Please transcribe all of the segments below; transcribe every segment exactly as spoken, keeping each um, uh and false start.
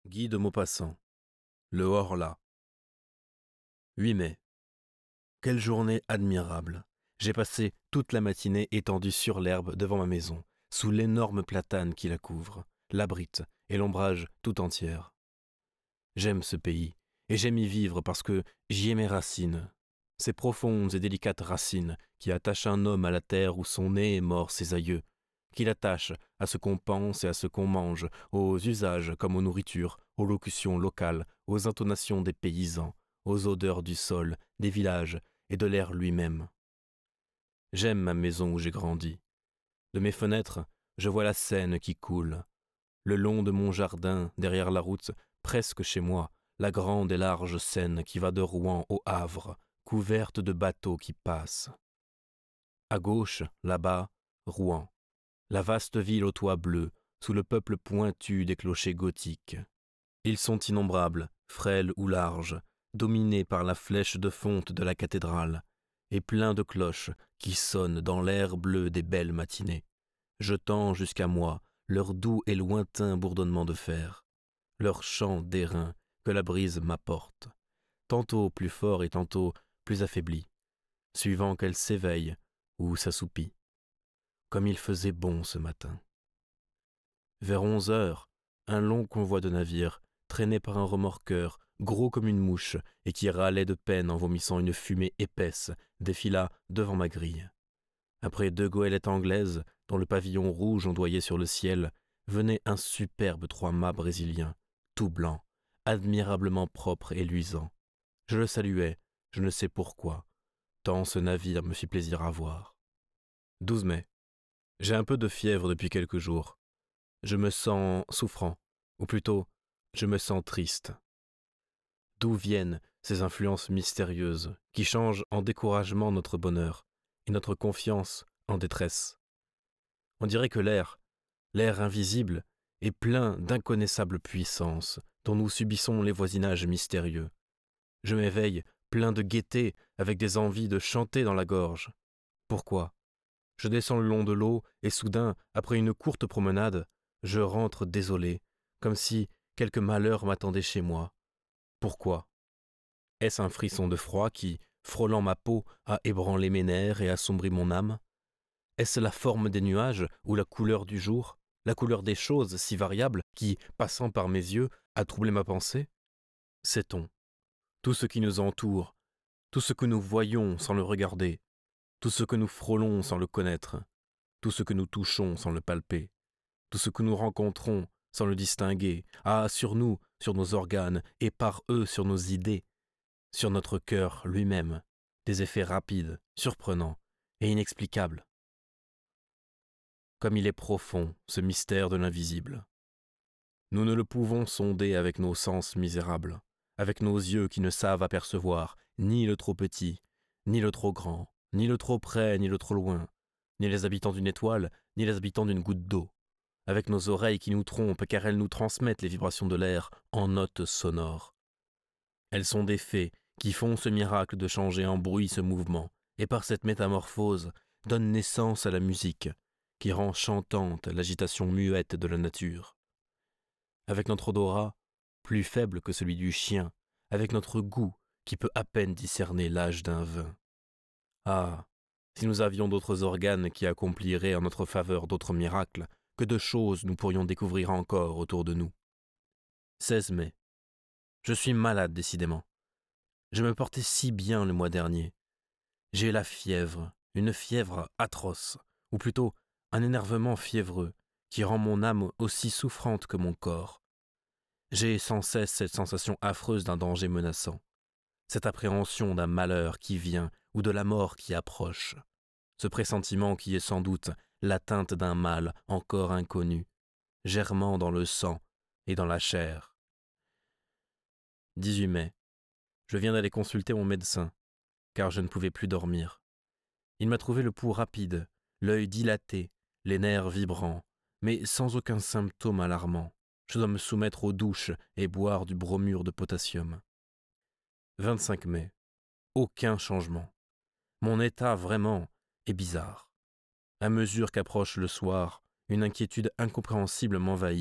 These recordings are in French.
Guy de Maupassant, le Horla. huit mai. Quelle journée admirable! J'ai passé toute la matinée étendue sur l'herbe devant ma maison, sous l'énorme platane qui la couvre, l'abrite et l'ombrage tout entière. J'aime ce pays, et j'aime y vivre parce que j'y ai mes racines, ces profondes et délicates racines qui attachent un homme à la terre où sont nés et morts ses aïeux, qui l'attachent à ce qu'on pense et à ce qu'on mange, aux usages comme aux nourritures, aux locutions locales, aux intonations des paysans, aux odeurs du sol, des villages et de l'air lui-même. J'aime ma maison où j'ai grandi. De mes fenêtres, je vois la Seine qui coule. Le long de mon jardin, derrière la route, presque chez moi, la grande et large Seine qui va de Rouen au Havre, couverte de bateaux qui passent. À gauche, là-bas, Rouen, la vaste ville aux toits bleus, sous le peuple pointu des clochers gothiques. Ils sont innombrables, frêles ou larges, dominés par la flèche de fonte de la cathédrale, et pleins de cloches qui sonnent dans l'air bleu des belles matinées, jetant jusqu'à moi leur doux et lointain bourdonnement de fer, leur chant d'airain que la brise m'apporte, tantôt plus fort et tantôt plus affaibli, suivant qu'elle s'éveille ou s'assoupit. Comme il faisait bon ce matin. Vers onze heures, un long convoi de navires, traîné par un remorqueur, gros comme une mouche, et qui râlait de peine en vomissant une fumée épaisse, défila devant ma grille. Après deux goélettes anglaises, dont le pavillon rouge ondoyait sur le ciel, venait un superbe trois-mâts brésilien, tout blanc, admirablement propre et luisant. Je le saluai, je ne sais pourquoi, tant ce navire me fit plaisir à voir. douze mai. J'ai un peu de fièvre depuis quelques jours. Je me sens souffrant, ou plutôt, je me sens triste. D'où viennent ces influences mystérieuses qui changent en découragement notre bonheur et notre confiance en détresse? On dirait que l'air, l'air invisible, est plein d'inconnaissables puissances dont nous subissons les voisinages mystérieux. Je m'éveille plein de gaieté avec des envies de chanter dans la gorge. Pourquoi ? Je descends le long de l'eau et soudain, après une courte promenade, je rentre désolé, comme si quelque malheur m'attendait chez moi. Pourquoi ? Est-ce un frisson de froid qui, frôlant ma peau, a ébranlé mes nerfs et assombri mon âme ? Est-ce la forme des nuages ou la couleur du jour, la couleur des choses si variables qui, passant par mes yeux, a troublé ma pensée ? Sait-on ? Tout ce qui nous entoure, tout ce que nous voyons sans le regarder, tout ce que nous frôlons sans le connaître, tout ce que nous touchons sans le palper, tout ce que nous rencontrons sans le distinguer, a sur nous, sur nos organes, et par eux sur nos idées, sur notre cœur lui-même, des effets rapides, surprenants et inexplicables. Comme il est profond, ce mystère de l'invisible. Nous ne le pouvons sonder avec nos sens misérables, avec nos yeux qui ne savent apercevoir ni le trop petit, ni le trop grand, ni le trop près, ni le trop loin, ni les habitants d'une étoile, ni les habitants d'une goutte d'eau, avec nos oreilles qui nous trompent car elles nous transmettent les vibrations de l'air en notes sonores. Elles sont des fées qui font ce miracle de changer en bruit ce mouvement, et par cette métamorphose donnent naissance à la musique, qui rend chantante l'agitation muette de la nature. Avec notre odorat, plus faible que celui du chien, avec notre goût qui peut à peine discerner l'âge d'un vin. Ah, si nous avions d'autres organes qui accompliraient en notre faveur d'autres miracles, que de choses nous pourrions découvrir encore autour de nous. seize mai. Je suis malade décidément. Je me portais si bien le mois dernier. J'ai la fièvre, une fièvre atroce, ou plutôt un énervement fiévreux, qui rend mon âme aussi souffrante que mon corps. J'ai sans cesse cette sensation affreuse d'un danger menaçant, cette appréhension d'un malheur qui vient ou de la mort qui approche, ce pressentiment qui est sans doute l'atteinte d'un mal encore inconnu, germant dans le sang et dans la chair. dix-huit mai. Je viens d'aller consulter mon médecin, car je ne pouvais plus dormir. Il m'a trouvé le pouls rapide, l'œil dilaté, les nerfs vibrants, mais sans aucun symptôme alarmant. Je dois me soumettre aux douches et boire du bromure de potassium. vingt-cinq mai. Aucun changement. Mon état, vraiment, est bizarre. À mesure qu'approche le soir, une inquiétude incompréhensible m'envahit,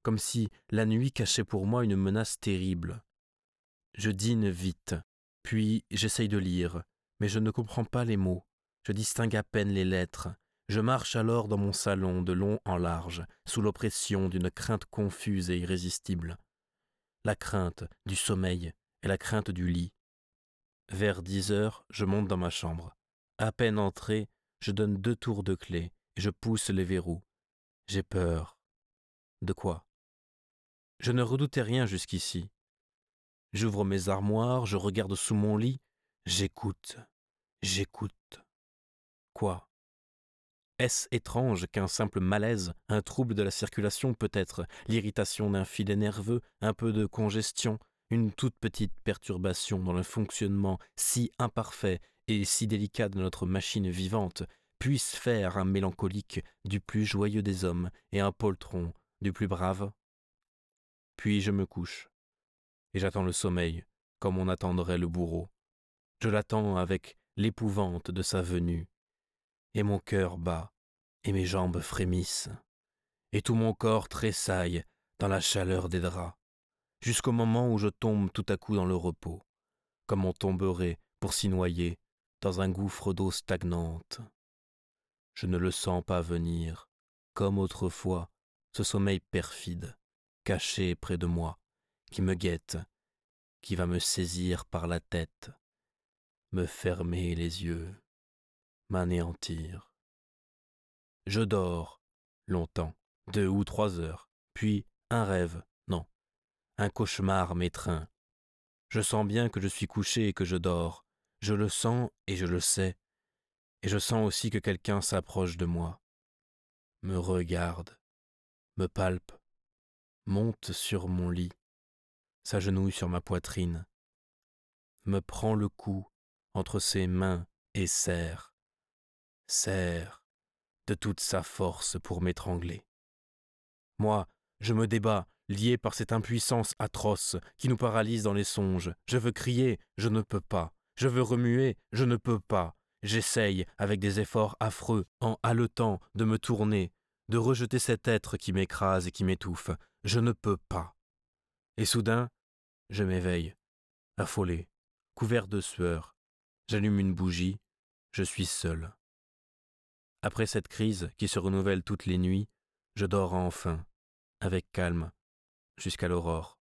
comme si la nuit cachait pour moi une menace terrible. Je dîne vite, puis j'essaye de lire, mais je ne comprends pas les mots, je distingue à peine les lettres. Je marche alors dans mon salon de long en large, sous l'oppression d'une crainte confuse et irrésistible. La crainte du sommeil et la crainte du lit. Vers dix heures, je monte dans ma chambre. À peine entré, je donne deux tours de clé et je pousse les verrous. J'ai peur. De quoi? Je ne redoutais rien jusqu'ici. J'ouvre mes armoires, je regarde sous mon lit, j'écoute, j'écoute. Quoi? Est-ce étrange qu'un simple malaise, un trouble de la circulation peut-être, l'irritation d'un filet nerveux, un peu de congestion, une toute petite perturbation dans le fonctionnement si imparfait et si délicat de notre machine vivante, puisse faire un mélancolique du plus joyeux des hommes et un poltron du plus brave? Puis je me couche, et j'attends le sommeil, comme on attendrait le bourreau. Je l'attends avec l'épouvante de sa venue, et mon cœur bat, et mes jambes frémissent, et tout mon corps tressaille dans la chaleur des draps, jusqu'au moment où je tombe tout à coup dans le repos, comme on tomberait pour s'y noyer dans un gouffre d'eau stagnante. Je ne le sens pas venir, comme autrefois, ce sommeil perfide, caché près de moi, qui me guette, qui va me saisir par la tête, me fermer les yeux, m'anéantir. Je dors, longtemps, deux ou trois heures, puis un rêve, non, un cauchemar m'étreint. Je sens bien que je suis couché et que je dors, je le sens et je le sais, et je sens aussi que quelqu'un s'approche de moi, me regarde, me palpe, monte sur mon lit, s'agenouille sur ma poitrine, me prend le cou entre ses mains et serre, serre de toute sa force pour m'étrangler. Moi, je me débats, lié par cette impuissance atroce qui nous paralyse dans les songes. Je veux crier, je ne peux pas. Je veux remuer, je ne peux pas. J'essaye, avec des efforts affreux, en haletant, de me tourner, de rejeter cet être qui m'écrase et qui m'étouffe. Je ne peux pas. Et soudain, je m'éveille, affolé, couvert de sueur. J'allume une bougie, je suis seul. Après cette crise qui se renouvelle toutes les nuits, je dors enfin, avec calme, jusqu'à l'aurore.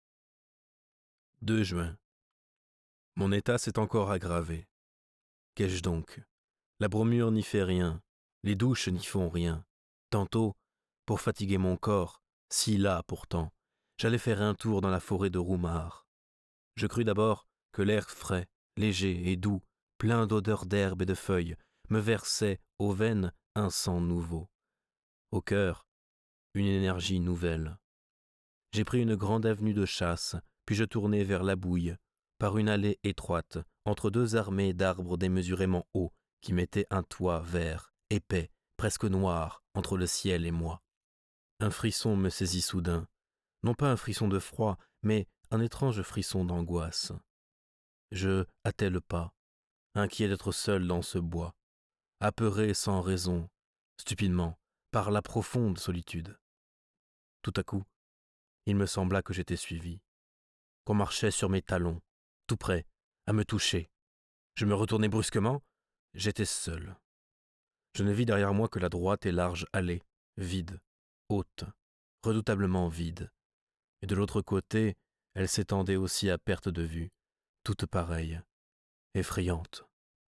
deux juin. Mon état s'est encore aggravé. Qu'ai-je donc? La bromure n'y fait rien, les douches n'y font rien. Tantôt, pour fatiguer mon corps, si las pourtant, j'allais faire un tour dans la forêt de Roumare. Je crus d'abord que l'air frais, léger et doux, plein d'odeurs d'herbe et de feuilles, me versait aux veines un sang nouveau. Au cœur, une énergie nouvelle. J'ai pris une grande avenue de chasse, puis je tournai vers la Bouille, par une allée étroite, entre deux armées d'arbres démesurément hauts, qui mettaient un toit vert, épais, presque noir, entre le ciel et moi. Un frisson me saisit soudain, non pas un frisson de froid, mais un étrange frisson d'angoisse. Je hâtai le pas, inquiet d'être seul dans ce bois, apeuré sans raison, stupidement, par la profonde solitude. Tout à coup, il me sembla que j'étais suivi, qu'on marchait sur mes talons, tout près, à me toucher. Je me retournai brusquement, j'étais seul. Je ne vis derrière moi que la droite et large allée, vide, haute, redoutablement vide. Et de l'autre côté, elle s'étendait aussi à perte de vue, toute pareille, effrayante.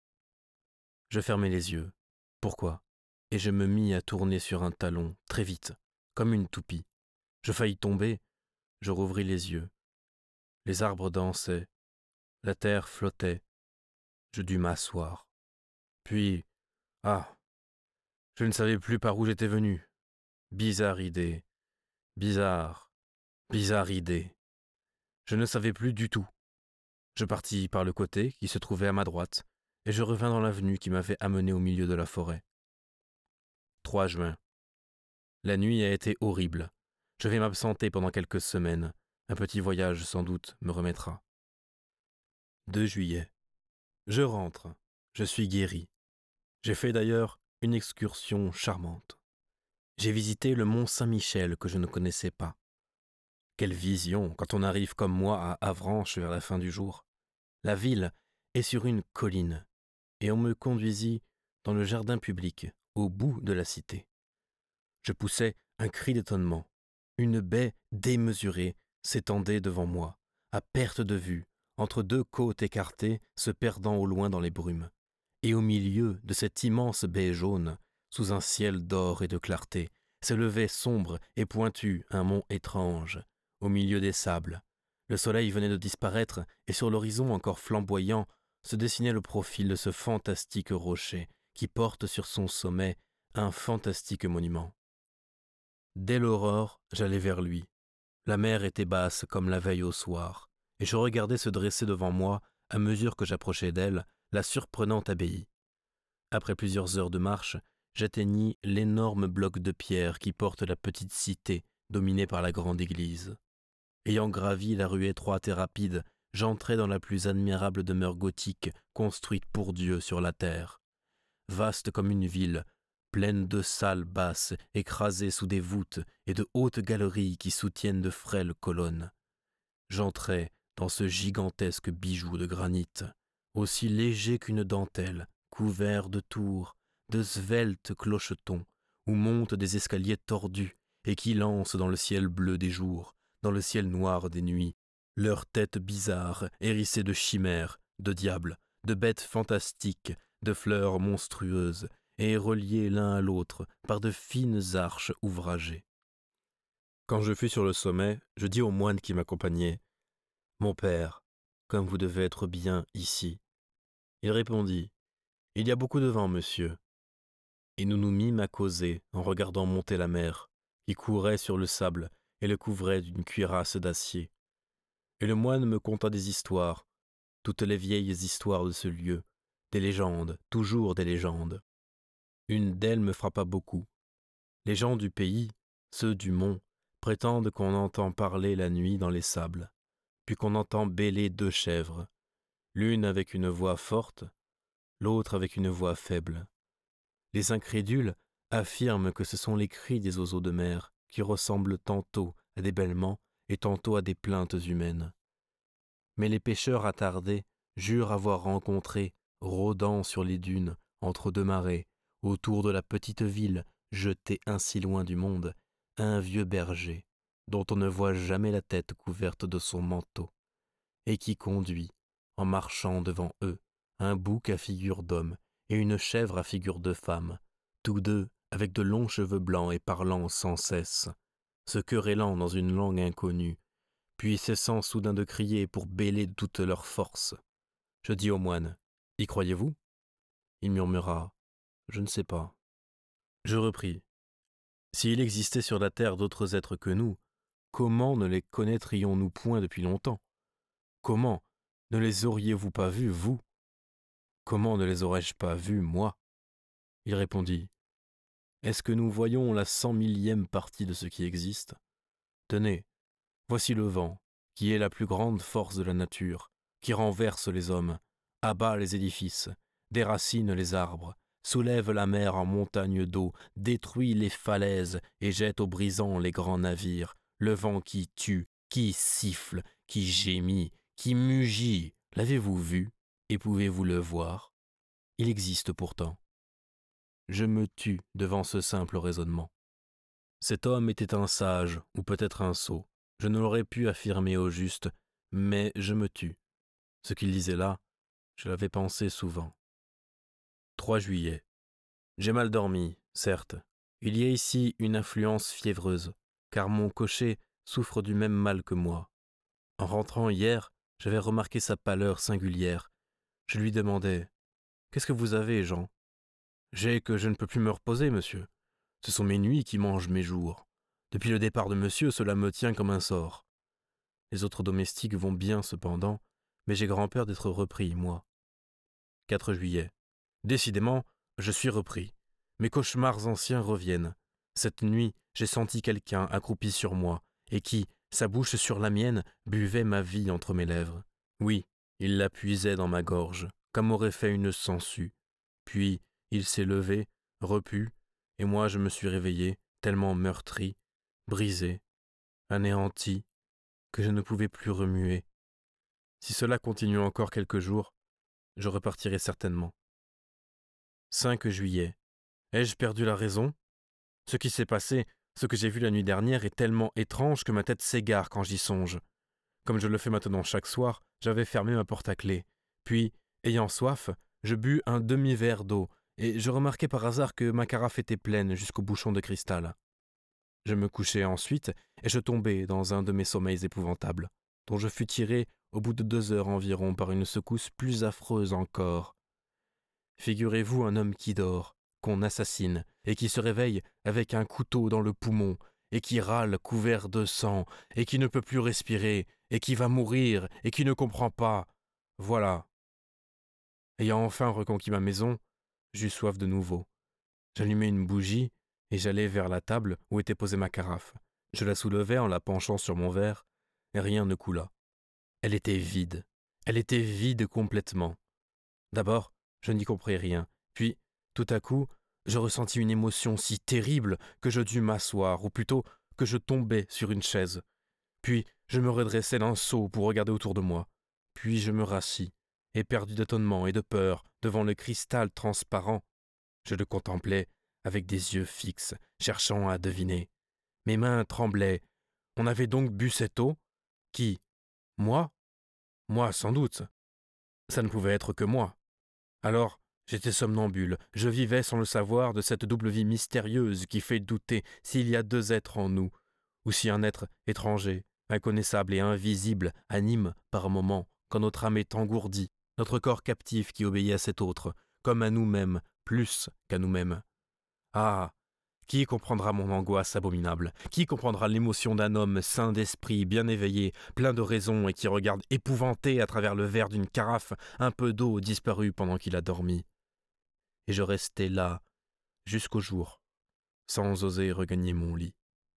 Je fermai les yeux. Pourquoi? Et je me mis à tourner sur un talon, très vite, comme une toupie. Je faillis tomber, je rouvris les yeux. Les arbres dansaient, la terre flottait. Je dus m'asseoir. Puis, ah, je ne savais plus par où j'étais venu. Bizarre idée, bizarre, bizarre idée. Je ne savais plus du tout. Je partis par le côté qui se trouvait à ma droite, et je revins dans l'avenue qui m'avait amené au milieu de la forêt. trois juin. La nuit a été horrible. Je vais m'absenter pendant quelques semaines. Un petit voyage, sans doute, me remettra. deux juillet. Je rentre. Je suis guéri. J'ai fait d'ailleurs une excursion charmante. J'ai visité le mont Saint-Michel que je ne connaissais pas. Quelle vision quand on arrive comme moi à Avranches vers la fin du jour. La ville est sur une colline, et on me conduisit dans le jardin public, au bout de la cité. Je poussai un cri d'étonnement. Une baie démesurée s'étendait devant moi, à perte de vue, entre deux côtes écartées se perdant au loin dans les brumes. Et au milieu de cette immense baie jaune, sous un ciel d'or et de clarté, s'élevait sombre et pointu un mont étrange, au milieu des sables. Le soleil venait de disparaître, et sur l'horizon encore flamboyant se dessinait le profil de ce fantastique rocher qui porte sur son sommet un fantastique monument. Dès l'aurore, j'allai vers lui. La mer était basse comme la veille au soir, et je regardais se dresser devant moi, à mesure que j'approchais d'elle, la surprenante abbaye. Après plusieurs heures de marche, j'atteignis l'énorme bloc de pierre qui porte la petite cité dominée par la grande église. Ayant gravi la rue étroite et rapide, j'entrai dans la plus admirable demeure gothique construite pour Dieu sur la terre. Vaste comme une ville, pleine de salles basses écrasées sous des voûtes et de hautes galeries qui soutiennent de frêles colonnes. J'entrai dans ce gigantesque bijou de granit, aussi léger qu'une dentelle, couvert de tours, de sveltes clochetons, où montent des escaliers tordus et qui lancent dans le ciel bleu des jours, dans le ciel noir des nuits, leurs têtes bizarres hérissées de chimères, de diables, de bêtes fantastiques, de fleurs monstrueuses, et reliés l'un à l'autre par de fines arches ouvragées. Quand je fus sur le sommet, je dis au moine qui m'accompagnait : « Mon père, comme vous devez être bien ici. » Il répondit : « Il y a beaucoup de vent, monsieur. » Et nous nous mîmes à causer en regardant monter la mer, qui courait sur le sable et le couvrait d'une cuirasse d'acier. Et le moine me conta des histoires, toutes les vieilles histoires de ce lieu, des légendes, toujours des légendes. Une d'elles me frappa beaucoup. Les gens du pays, ceux du mont, prétendent qu'on entend parler la nuit dans les sables, puis qu'on entend bêler deux chèvres, l'une avec une voix forte, l'autre avec une voix faible. Les incrédules affirment que ce sont les cris des oiseaux de mer qui ressemblent tantôt à des bêlements et tantôt à des plaintes humaines. Mais les pêcheurs attardés jurent avoir rencontré, rôdant sur les dunes, entre deux marées, autour de la petite ville jetée ainsi loin du monde, un vieux berger, dont on ne voit jamais la tête couverte de son manteau, et qui conduit, en marchant devant eux, un bouc à figure d'homme et une chèvre à figure de femme, tous deux avec de longs cheveux blancs et parlant sans cesse, se querellant dans une langue inconnue, puis cessant soudain de crier pour bêler de toute leur force. Je dis au moine : « Y croyez-vous » Il murmura : « Je ne sais pas. » Je repris : « S'il existait sur la terre d'autres êtres que nous, comment ne les connaîtrions-nous point depuis longtemps ? Comment ne les auriez-vous pas vus, vous ? Comment ne les aurais-je pas vus, moi ? » Il répondit : « Est-ce que nous voyons la cent millième partie de ce qui existe ? Tenez, voici le vent, qui est la plus grande force de la nature, qui renverse les hommes, abat les édifices, déracine les arbres, soulève la mer en montagne d'eau, détruit les falaises et jette au brisant les grands navires, le vent qui tue, qui siffle, qui gémit, qui mugit. L'avez-vous vu et pouvez-vous le voir ? Il existe pourtant. » Je me tus devant ce simple raisonnement. Cet homme était un sage ou peut-être un sot. Je ne l'aurais pu affirmer au juste, mais je me tus. Ce qu'il disait là, je l'avais pensé souvent. trois juillet. J'ai mal dormi, certes. Il y a ici une influence fiévreuse, car mon cocher souffre du même mal que moi. En rentrant hier, j'avais remarqué sa pâleur singulière. Je lui demandai : « Qu'est-ce que vous avez, Jean ? » ?»« J'ai que je ne peux plus me reposer, monsieur. Ce sont mes nuits qui mangent mes jours. Depuis le départ de monsieur, cela me tient comme un sort. Les autres domestiques vont bien cependant, mais j'ai grand-peur d'être repris, moi. quatre juillet. Décidément, je suis repris. Mes cauchemars anciens reviennent. Cette nuit, j'ai senti quelqu'un accroupi sur moi, et qui, sa bouche sur la mienne, buvait ma vie entre mes lèvres. Oui, il la puisait dans ma gorge, comme aurait fait une sangsue. Puis, il s'est levé, repu, et moi je me suis réveillé, tellement meurtri, brisé, anéanti, que je ne pouvais plus remuer. Si cela continue encore quelques jours, je repartirai certainement. cinq juillet. Ai-je perdu la raison? Ce qui s'est passé, ce que j'ai vu la nuit dernière est tellement étrange que ma tête s'égare quand j'y songe. Comme je le fais maintenant chaque soir, j'avais fermé ma porte à clé. Puis, ayant soif, je bus un demi-verre d'eau, et je remarquai par hasard que ma carafe était pleine jusqu'au bouchon de cristal. Je me couchai ensuite, et je tombai dans un de mes sommeils épouvantables, dont je fus tiré au bout de deux heures environ par une secousse plus affreuse encore. Figurez-vous un homme qui dort, qu'on assassine, et qui se réveille avec un couteau dans le poumon, et qui râle couvert de sang, et qui ne peut plus respirer, et qui va mourir, et qui ne comprend pas. Voilà. Ayant enfin reconquis ma maison, j'eus soif de nouveau. J'allumai une bougie, et j'allai vers la table où était posée ma carafe. Je la soulevai en la penchant sur mon verre, et rien ne coula. Elle était vide. Elle était vide complètement. D'abord, je n'y compris rien. Puis, tout à coup, je ressentis une émotion si terrible que je dus m'asseoir, ou plutôt que je tombai sur une chaise. Puis, je me redressai d'un saut pour regarder autour de moi. Puis je me rassis, éperdu d'étonnement et de peur devant le cristal transparent. Je le contemplais avec des yeux fixes, cherchant à deviner. Mes mains tremblaient. On avait donc bu cette eau? Qui? Moi? Moi, sans doute. Ça ne pouvait être que moi. Alors, j'étais somnambule, je vivais sans le savoir de cette double vie mystérieuse qui fait douter s'il y a deux êtres en nous, ou si un être étranger, inconnaissable et invisible anime par moments, quand notre âme est engourdie, notre corps captif qui obéit à cet autre, comme à nous-mêmes, plus qu'à nous-mêmes. Ah! Qui comprendra mon angoisse abominable? Qui comprendra l'émotion d'un homme sain d'esprit, bien éveillé, plein de raison et qui regarde épouvanté à travers le verre d'une carafe un peu d'eau disparue pendant qu'il a dormi? Et je restai là, jusqu'au jour, sans oser regagner mon lit.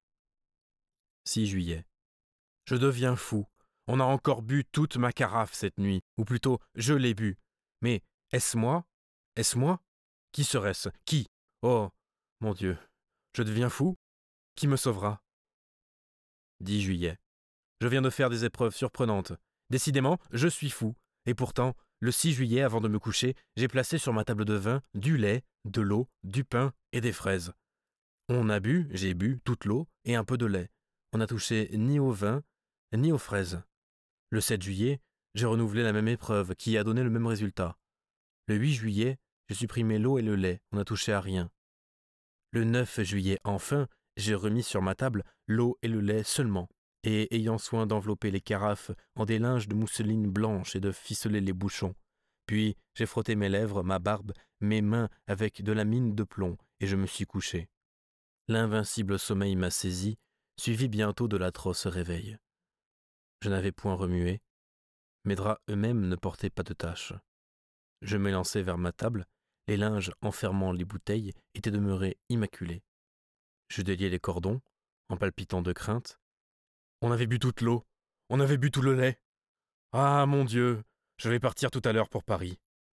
six juillet. Je deviens fou. On a encore bu toute ma carafe cette nuit, ou plutôt, je l'ai bu. Mais est-ce moi? Est-ce moi? Qui serait-ce? Qui? Oh, mon Dieu! Je deviens fou? Qui me sauvera? dix juillet. Je viens de faire des épreuves surprenantes. Décidément, je suis fou. Et pourtant, le six juillet, avant de me coucher, j'ai placé sur ma table de vin du lait, de l'eau, du pain et des fraises. On a bu, j'ai bu, toute l'eau et un peu de lait. On n'a touché ni au vin, ni aux fraises. Le sept juillet, j'ai renouvelé la même épreuve qui a donné le même résultat. Le huit juillet, j'ai supprimé l'eau et le lait. On n'a touché à rien. Le neuf juillet, enfin, j'ai remis sur ma table l'eau et le lait seulement, et ayant soin d'envelopper les carafes en des linges de mousseline blanche et de ficeler les bouchons. Puis j'ai frotté mes lèvres, ma barbe, mes mains avec de la mine de plomb, et je me suis couché. L'invincible sommeil m'a saisi, suivi bientôt de l'atroce réveil. Je n'avais point remué. Mes draps eux-mêmes ne portaient pas de taches. Je m'élançai vers ma table. Les linges enfermant les bouteilles étaient demeurés immaculés. Je déliai les cordons, en palpitant de crainte. On avait bu toute l'eau, on avait bu tout le lait. Ah, mon Dieu, je vais partir tout à l'heure pour Paris.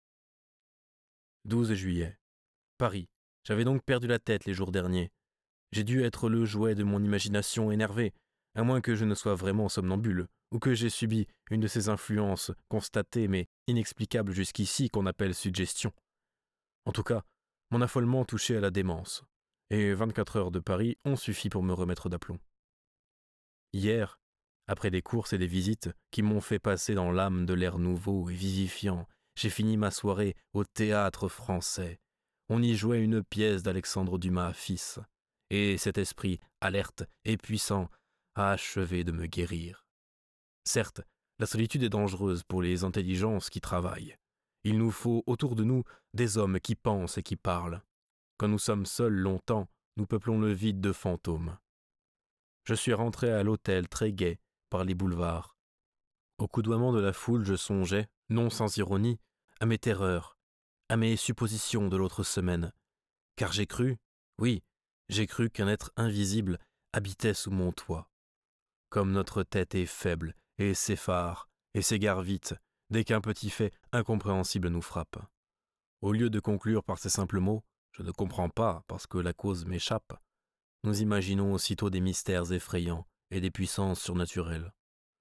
douze juillet. Paris. J'avais donc perdu la tête les jours derniers. J'ai dû être le jouet de mon imagination énervée, à moins que je ne sois vraiment somnambule, ou que j'ai subi une de ces influences constatées mais inexplicables jusqu'ici qu'on appelle suggestion. En tout cas, mon affolement touchait à la démence, et vingt-quatre heures de Paris ont suffi pour me remettre d'aplomb. Hier, après des courses et des visites qui m'ont fait passer dans l'âme de l'air nouveau et vivifiant, j'ai fini ma soirée au Théâtre Français. On y jouait une pièce d'Alexandre Dumas fils, et cet esprit alerte et puissant a achevé de me guérir. Certes, la solitude est dangereuse pour les intelligences qui travaillent. Il nous faut autour de nous des hommes qui pensent et qui parlent. Quand nous sommes seuls longtemps, nous peuplons le vide de fantômes. Je suis rentré à l'hôtel très gai par les boulevards. Au coudoiement de la foule, je songeais, non sans ironie, à mes terreurs, à mes suppositions de l'autre semaine. Car j'ai cru, oui, j'ai cru qu'un être invisible habitait sous mon toit. Comme notre tête est faible et s'effare et s'égare vite dès qu'un petit fait incompréhensible nous frappe. Au lieu de conclure par ces simples mots, je ne comprends pas parce que la cause m'échappe, nous imaginons aussitôt des mystères effrayants et des puissances surnaturelles.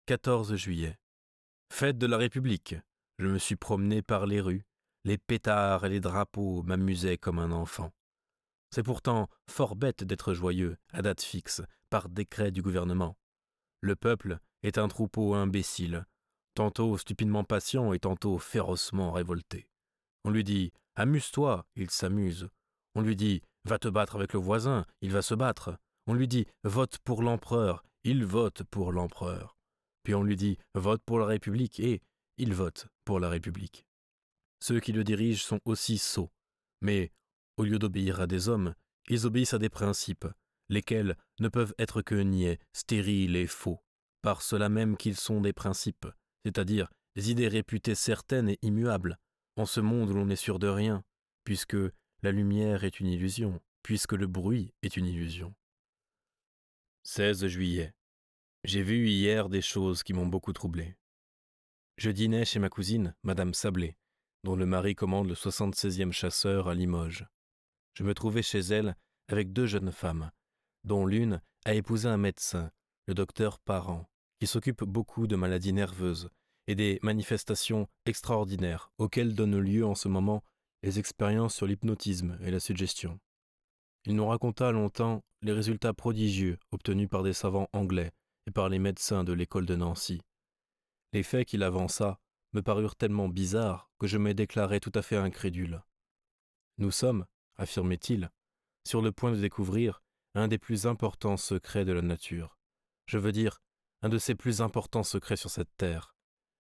quatorze juillet. Fête de la République. Je me suis promené par les rues. Les pétards et les drapeaux m'amusaient comme un enfant. C'est pourtant fort bête d'être joyeux, à date fixe, par décret du gouvernement. Le peuple est un troupeau imbécile, tantôt stupidement patient et tantôt férocement révolté. On lui dit « Amuse-toi », il s'amuse. On lui dit « Va te battre avec le voisin », il va se battre. On lui dit « Vote pour l'empereur », il vote pour l'empereur. Puis on lui dit « Vote pour la République » et il vote pour la République. Ceux qui le dirigent sont aussi sots, mais au lieu d'obéir à des hommes, ils obéissent à des principes, lesquels ne peuvent être que niais, stériles et faux, par cela même qu'ils sont des principes, c'est-à-dire des idées réputées certaines et immuables, en ce monde où l'on n'est sûr de rien, puisque la lumière est une illusion, puisque le bruit est une illusion. seize juillet. J'ai vu hier des choses qui m'ont beaucoup troublé. Je dînais chez ma cousine, Madame Sablé, dont le mari commande le soixante-seizième chasseur à Limoges. Je me trouvais chez elle avec deux jeunes femmes, dont l'une a épousé un médecin, le docteur Parent, qui s'occupe beaucoup de maladies nerveuses et des manifestations extraordinaires auxquelles donnent lieu en ce moment les expériences sur l'hypnotisme et la suggestion. Il nous raconta longtemps les résultats prodigieux obtenus par des savants anglais et par les médecins de l'école de Nancy. Les faits qu'il avança me parurent tellement bizarres que je me déclarai tout à fait incrédule. Nous sommes, affirmait-il, sur le point de découvrir un des plus importants secrets de la nature. Je veux dire, un de ses plus importants secrets sur cette terre.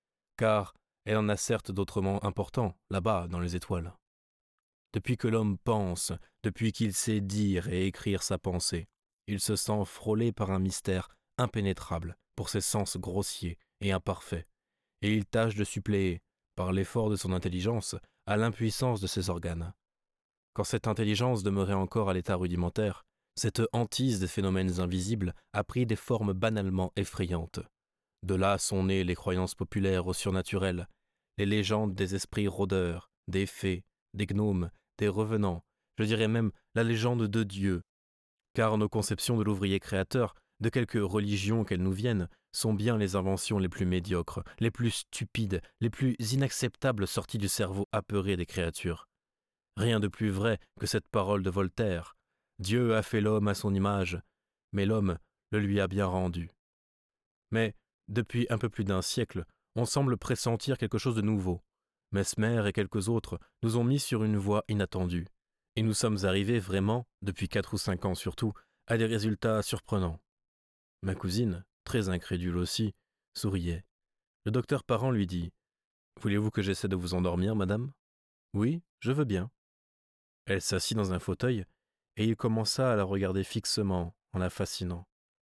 Car elle en a certes d'autrement importants, là-bas, dans les étoiles. Depuis que l'homme pense, depuis qu'il sait dire et écrire sa pensée, il se sent frôlé par un mystère impénétrable pour ses sens grossiers et imparfaits, et il tâche de suppléer, par l'effort de son intelligence, à l'impuissance de ses organes. Quand cette intelligence demeurait encore à l'état rudimentaire, cette hantise des phénomènes invisibles a pris des formes banalement effrayantes. De là sont nées les croyances populaires au surnaturel, les légendes des esprits rôdeurs, des fées, des gnomes, des revenants, je dirais même la légende de Dieu, car nos conceptions de l'ouvrier créateur, de quelque religion qu'elles nous viennent, sont bien les inventions les plus médiocres, les plus stupides, les plus inacceptables sorties du cerveau apeuré des créatures. Rien de plus vrai que cette parole de Voltaire. Dieu a fait l'homme à son image, mais l'homme le lui a bien rendu. Mais, depuis un peu plus d'un siècle, on semble pressentir quelque chose de nouveau. Mesmer et quelques autres nous ont mis sur une voie inattendue. Et nous sommes arrivés vraiment, depuis quatre ou cinq ans surtout, à des résultats surprenants. Ma cousine, très incrédule aussi, souriait. Le docteur Parent lui dit « Voulez-vous que j'essaie de vous endormir, madame ?»« Oui, je veux bien. » Elle s'assit dans un fauteuil, et il commença à la regarder fixement, en la fascinant.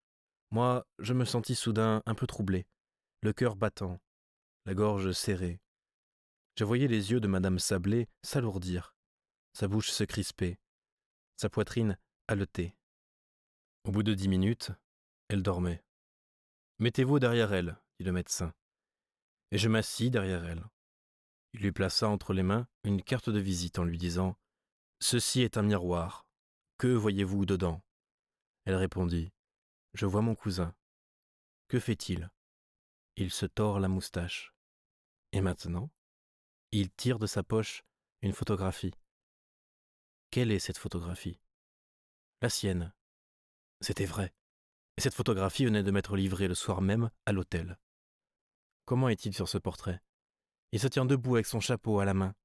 Moi, je me sentis soudain un peu troublé, le cœur battant, la gorge serrée. Je voyais les yeux de madame Sablé s'alourdir, sa bouche se crisper, sa poitrine haleter. Au bout de dix minutes, elle dormait. « Mettez-vous derrière elle, dit le médecin. Et je m'assis derrière elle. Il lui plaça entre les mains une carte de visite en lui disant « Ceci est un miroir. Que voyez-vous dedans ?» Elle répondit « Je vois mon cousin. Que fait-il ? Il se tord la moustache. Et maintenant ? Il tire de sa poche une photographie. Quelle est cette photographie ? La sienne. C'était vrai. Et cette photographie venait de m'être livrée le soir même à l'hôtel. Comment est-il sur ce portrait ? Il se tient debout avec son chapeau à la main.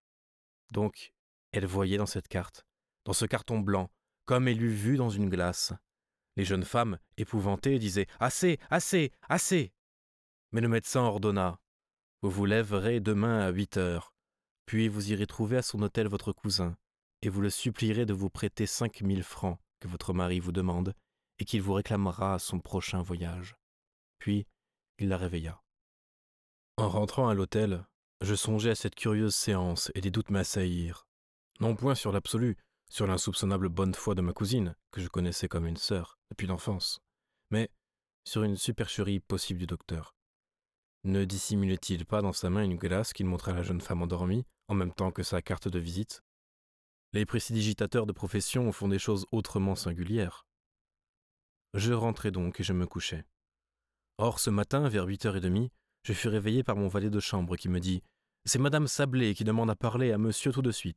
Donc, elle voyait dans cette carte, dans ce carton blanc, comme elle eût vu dans une glace. Les jeunes femmes, épouvantées, disaient « Assez, assez, assez !» Mais le médecin ordonna « Vous vous lèverez demain à huit heures, puis vous irez trouver à son hôtel votre cousin, et vous le supplierez de vous prêter cinq mille francs que votre mari vous demande, et qu'il vous réclamera à son prochain voyage. » Puis, il la réveilla. En rentrant à l'hôtel, je songeais à cette curieuse séance et des doutes m'assaillirent. Non point sur l'absolu, sur l'insoupçonnable bonne foi de ma cousine, que je connaissais comme une sœur depuis l'enfance, mais sur une supercherie possible du docteur. Ne dissimulait-il pas dans sa main une glace qu'il montrait à la jeune femme endormie, en même temps que sa carte de visite ? Les prestidigitateurs de profession font des choses autrement singulières. Je rentrai donc et je me couchai. Or, ce matin, vers huit heures trente, je fus réveillé par mon valet de chambre qui me dit « C'est madame Sablé qui demande à parler à monsieur tout de suite. »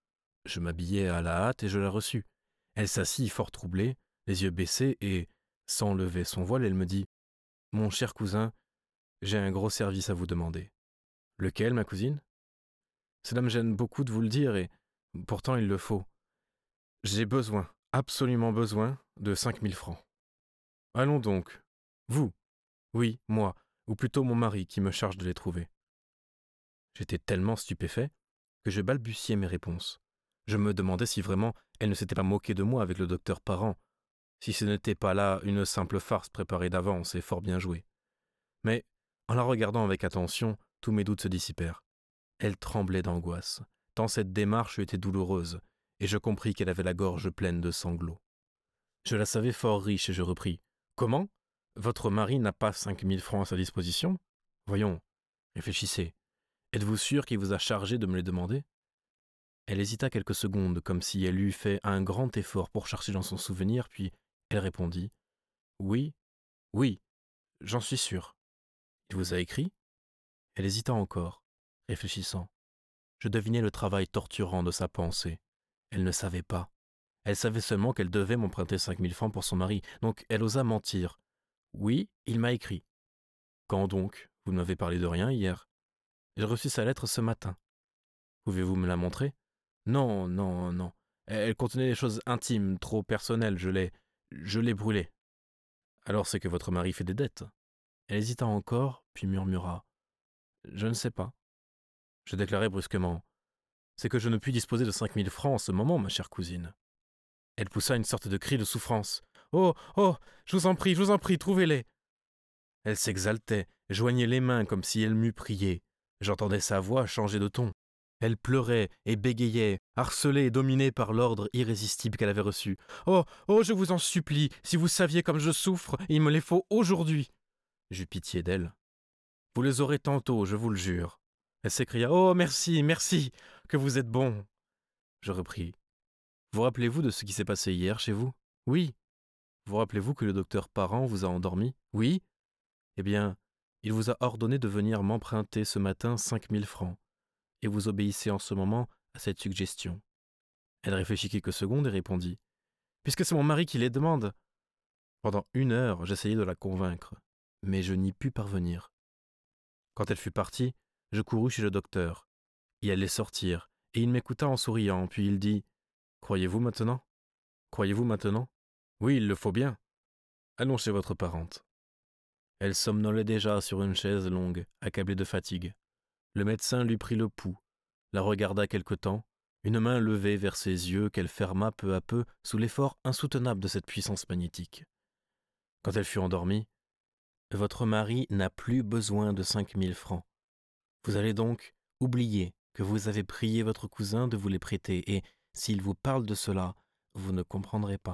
Je m'habillai à la hâte et je la reçus. Elle s'assit fort troublée, les yeux baissés, et, sans lever son voile, elle me dit « Mon cher cousin, j'ai un gros service à vous demander. »« Lequel, ma cousine ?»« Cela me gêne beaucoup de vous le dire, et pourtant il le faut. J'ai besoin, absolument besoin, de cinq mille francs. »« Allons donc. Vous ?»« Oui, moi, ou plutôt mon mari qui me charge de les trouver. » J'étais tellement stupéfait que je balbutiai mes réponses. Je me demandais si vraiment elle ne s'était pas moquée de moi avec le docteur Parent, si ce n'était pas là une simple farce préparée d'avance et fort bien jouée. Mais, en la regardant avec attention, tous mes doutes se dissipèrent. Elle tremblait d'angoisse, tant cette démarche était douloureuse, et je compris qu'elle avait la gorge pleine de sanglots. Je la savais fort riche et je repris. « Comment ? Votre mari n'a pas cinq mille francs à sa disposition ? Voyons, réfléchissez. Êtes-vous sûr qu'il vous a chargé de me les demander ?» Elle hésita quelques secondes, comme si elle eût fait un grand effort pour chercher dans son souvenir, puis elle répondit « Oui, oui, j'en suis sûr. »« Il vous a écrit ?» Elle hésita encore, réfléchissant. Je devinais le travail torturant de sa pensée. Elle ne savait pas. Elle savait seulement qu'elle devait m'emprunter cinq mille francs pour son mari, donc elle osa mentir. « Oui, il m'a écrit. »« Quand donc ? Vous ne m'avez parlé de rien hier. »« J'ai reçu sa lettre ce matin. »« Pouvez-vous me la montrer ? » ?»« Non, non, non. Elle contenait des choses intimes, trop personnelles, je l'ai... je l'ai brûlée. »« Alors c'est que votre mari fait des dettes. » Elle hésita encore, puis murmura. « Je ne sais pas. » Je déclarai brusquement. « C'est que je ne puis disposer de cinq mille francs en ce moment, ma chère cousine. » Elle poussa une sorte de cri de souffrance. « Oh, oh, je vous en prie, je vous en prie, trouvez-les !» Elle s'exaltait, joignait les mains comme si elle m'eût prié. J'entendais sa voix changer de ton. Elle pleurait et bégayait, harcelée et dominée par l'ordre irrésistible qu'elle avait reçu. « Oh, oh, je vous en supplie, si vous saviez comme je souffre, il me les faut aujourd'hui. » J'eus pitié d'elle. « Vous les aurez tantôt, je vous le jure. » Elle s'écria. « Oh, merci, merci, que vous êtes bon. » Je repris. « Vous rappelez-vous de ce qui s'est passé hier chez vous ? » ?»« Oui. »« Vous rappelez-vous que le docteur Parent vous a endormi ? » ?»« Oui. »« Eh bien, il vous a ordonné de venir m'emprunter ce matin cinq mille francs, et vous obéissez en ce moment à cette suggestion. » Elle réfléchit quelques secondes et répondit. « Puisque c'est mon mari qui les demande. » Pendant une heure, j'essayai de la convaincre, mais je n'y pus parvenir. Quand elle fut partie, je courus chez le docteur. Il allait sortir, et il m'écouta en souriant, puis il dit « Croyez-vous maintenant ? Croyez-vous maintenant ? Oui, il le faut bien. Allons chez votre parente. » Elle somnolait déjà sur une chaise longue, accablée de fatigue. Le médecin lui prit le pouls, la regarda quelque temps, une main levée vers ses yeux qu'elle ferma peu à peu sous l'effort insoutenable de cette puissance magnétique. Quand elle fut endormie, « Votre mari n'a plus besoin de cinq mille francs. Vous allez donc oublier que vous avez prié votre cousin de vous les prêter, et s'il vous parle de cela, vous ne comprendrez pas. »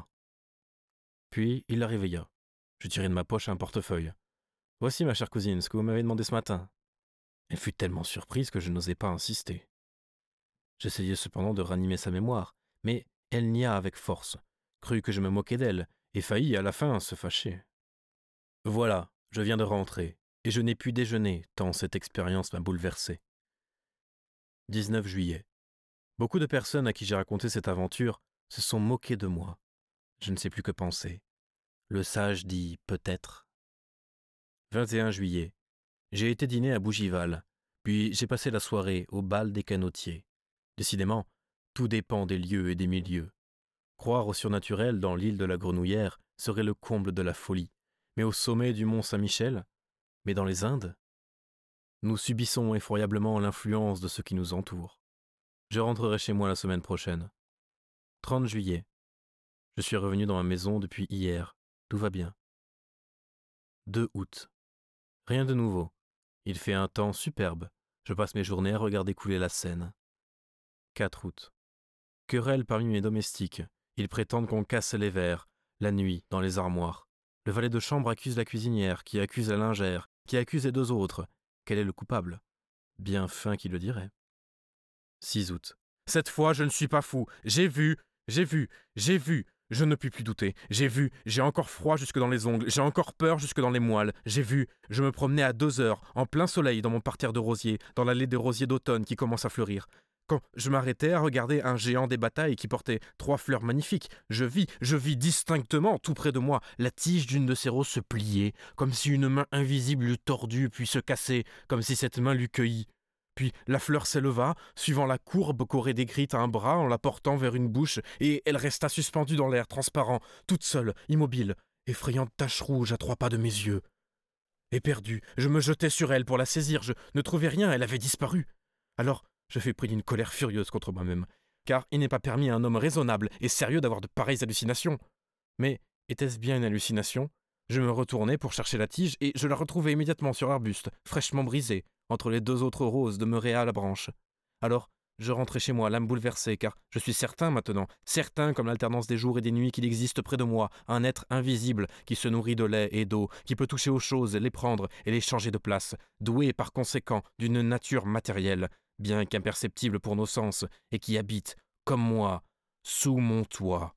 Puis il la réveilla. Je tirai de ma poche un portefeuille. « Voici, ma chère cousine, ce que vous m'avez demandé ce matin. » Elle fut tellement surprise que je n'osai pas insister. J'essayai cependant de ranimer sa mémoire, mais elle nia avec force, crut que je me moquais d'elle, et faillit à la fin se fâcher. Voilà, je viens de rentrer, et je n'ai pu déjeuner, tant cette expérience m'a bouleversé. dix-neuf juillet. Beaucoup de personnes à qui j'ai raconté cette aventure se sont moquées de moi. Je ne sais plus que penser. Le sage dit peut-être. vingt et un juillet. J'ai été dîner à Bougival, puis j'ai passé la soirée au bal des canotiers. Décidément, tout dépend des lieux et des milieux. Croire au surnaturel dans l'île de la Grenouillère serait le comble de la folie, mais au sommet du mont Saint-Michel, mais dans les Indes, nous subissons effroyablement l'influence de ce qui nous entoure. Je rentrerai chez moi la semaine prochaine. trente juillet. Je suis revenu dans ma maison depuis hier. Tout va bien. deux août. Rien de nouveau. Il fait un temps superbe. Je passe mes journées à regarder couler la Seine. quatre août. Querelle parmi mes domestiques. Ils prétendent qu'on casse les verres, la nuit, dans les armoires. Le valet de chambre accuse la cuisinière, qui accuse la lingère, qui accuse les deux autres. Quel est le coupable ? Bien fin qui le dirait. six août. Cette fois, je ne suis pas fou. J'ai vu, j'ai vu, j'ai vu. Je ne puis plus douter. J'ai vu, j'ai encore froid jusque dans les ongles, j'ai encore peur jusque dans les moelles. J'ai vu, je me promenais à deux heures, en plein soleil, dans mon parterre de rosiers, dans l'allée des rosiers d'automne qui commence à fleurir. Quand je m'arrêtais à regarder un géant des batailles qui portait trois fleurs magnifiques, je vis, je vis distinctement, tout près de moi, la tige d'une de ces roses se plier, comme si une main invisible l'eût tordue puis se casser, comme si cette main l'eût cueillie. Puis la fleur s'éleva, suivant la courbe qu'aurait décrite un bras en la portant vers une bouche, et elle resta suspendue dans l'air transparent, toute seule, immobile, effrayante tache rouge à trois pas de mes yeux. Éperdu, je me jetai sur elle pour la saisir, je ne trouvais rien, elle avait disparu. Alors, je fus pris d'une colère furieuse contre moi-même, car il n'est pas permis à un homme raisonnable et sérieux d'avoir de pareilles hallucinations. Mais était-ce bien une hallucination ? Je me retournai pour chercher la tige, et je la retrouvai immédiatement sur l'arbuste, fraîchement brisée, entre les deux autres roses demeurées à la branche. Alors, je rentrai chez moi, l'âme bouleversée, car je suis certain maintenant, certain comme l'alternance des jours et des nuits qu'il existe près de moi un être invisible qui se nourrit de lait et d'eau, qui peut toucher aux choses, les prendre et les changer de place, doué par conséquent d'une nature matérielle, bien qu'imperceptible pour nos sens, et qui habite, comme moi, sous mon toit.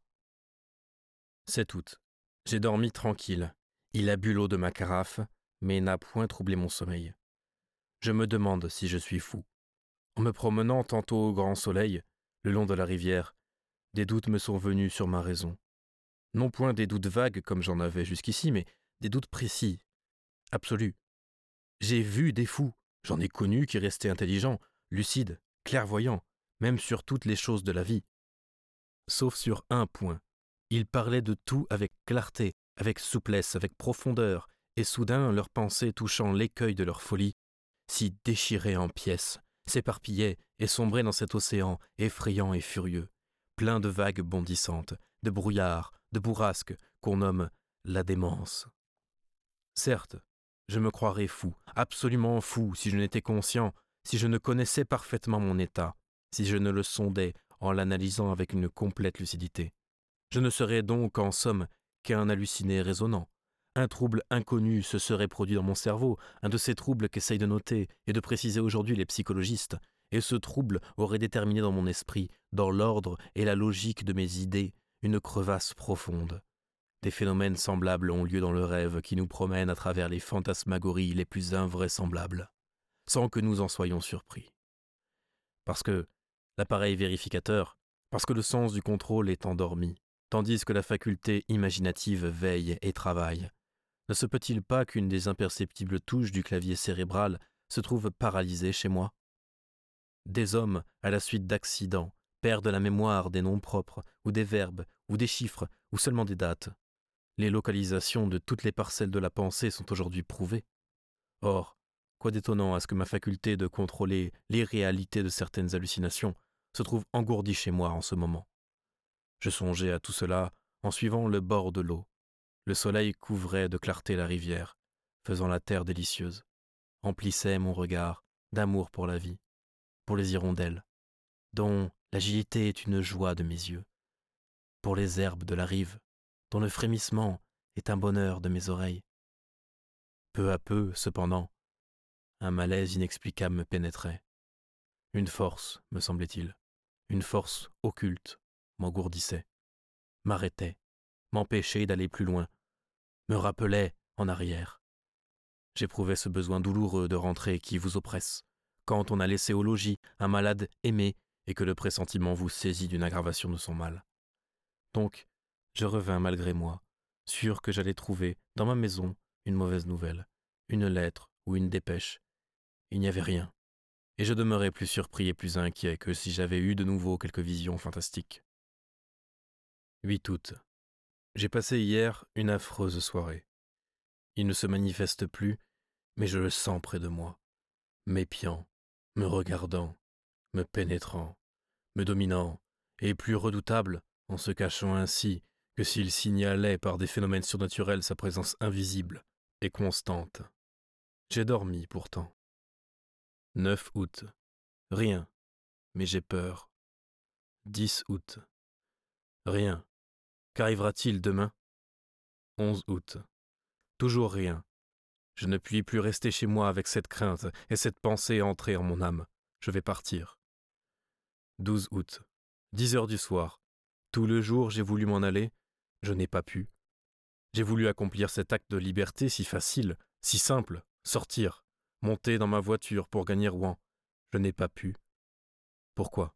sept août. J'ai dormi tranquille. Il a bu l'eau de ma carafe, mais n'a point troublé mon sommeil. Je me demande si je suis fou. En me promenant tantôt au grand soleil, le long de la rivière, des doutes me sont venus sur ma raison. Non point des doutes vagues comme j'en avais jusqu'ici, mais des doutes précis, absolus. J'ai vu des fous, j'en ai connu qui restaient intelligents, lucides, clairvoyants, même sur toutes les choses de la vie. Sauf sur un point. Ils parlaient de tout avec clarté, avec souplesse, avec profondeur, et soudain leurs pensées touchant l'écueil de leur folie, s'y déchiraient en pièces, s'éparpillaient et sombraient dans cet océan effrayant et furieux, plein de vagues bondissantes, de brouillards, de bourrasques qu'on nomme la démence. Certes, je me croirais fou, absolument fou, si je n'étais conscient, si je ne connaissais parfaitement mon état, si je ne le sondais en l'analysant avec une complète lucidité. Je ne serais donc, en somme, qu'un halluciné raisonnant. Un trouble inconnu se serait produit dans mon cerveau, un de ces troubles qu'essayent de noter et de préciser aujourd'hui les psychologistes, et ce trouble aurait déterminé dans mon esprit, dans l'ordre et la logique de mes idées, une crevasse profonde. Des phénomènes semblables ont lieu dans le rêve qui nous promène à travers les fantasmagories les plus invraisemblables, sans que nous en soyons surpris. Parce que l'appareil vérificateur, parce que le sens du contrôle est endormi, tandis que la faculté imaginative veille et travaille. Ne se peut-il pas qu'une des imperceptibles touches du clavier cérébral se trouve paralysée chez moi ? Des hommes, à la suite d'accidents, perdent la mémoire des noms propres, ou des verbes, ou des chiffres, ou seulement des dates. Les localisations de toutes les parcelles de la pensée sont aujourd'hui prouvées. Or, quoi d'étonnant à ce que ma faculté de contrôler l'irréalité de certaines hallucinations se trouve engourdie chez moi en ce moment. Je songeais à tout cela en suivant le bord de l'eau. Le soleil couvrait de clarté la rivière, faisant la terre délicieuse, emplissait mon regard d'amour pour la vie, pour les hirondelles, dont l'agilité est une joie de mes yeux, pour les herbes de la rive, dont le frémissement est un bonheur de mes oreilles. Peu à peu, cependant, un malaise inexplicable me pénétrait. Une force, me semblait-il, une force occulte, m'engourdissait, m'arrêtait, m'empêchait d'aller plus loin, me rappelait en arrière. J'éprouvais ce besoin douloureux de rentrer qui vous oppresse, quand on a laissé au logis un malade aimé et que le pressentiment vous saisit d'une aggravation de son mal. Donc, je revins malgré moi, sûr que j'allais trouver, dans ma maison, une mauvaise nouvelle, une lettre ou une dépêche. Il n'y avait rien, et je demeurais plus surpris et plus inquiet que si j'avais eu de nouveau quelques visions fantastiques. huit août. J'ai passé hier une affreuse soirée. Il ne se manifeste plus, mais je le sens près de moi, m'épiant, me regardant, me pénétrant, me dominant, et plus redoutable en se cachant ainsi que s'il signalait par des phénomènes surnaturels sa présence invisible et constante. J'ai dormi pourtant. neuf août. Rien, mais j'ai peur. dix août. Rien. Qu'arrivera-t-il demain ? onze août. Toujours rien. Je ne puis plus rester chez moi avec cette crainte et cette pensée entrée en mon âme. Je vais partir. douze août. dix heures du soir. Tout le jour j'ai voulu m'en aller, Je n'ai pas pu. J'ai voulu accomplir cet acte de liberté si facile, si simple, sortir, monter dans ma voiture pour gagner Rouen. Je n'ai pas pu. Pourquoi?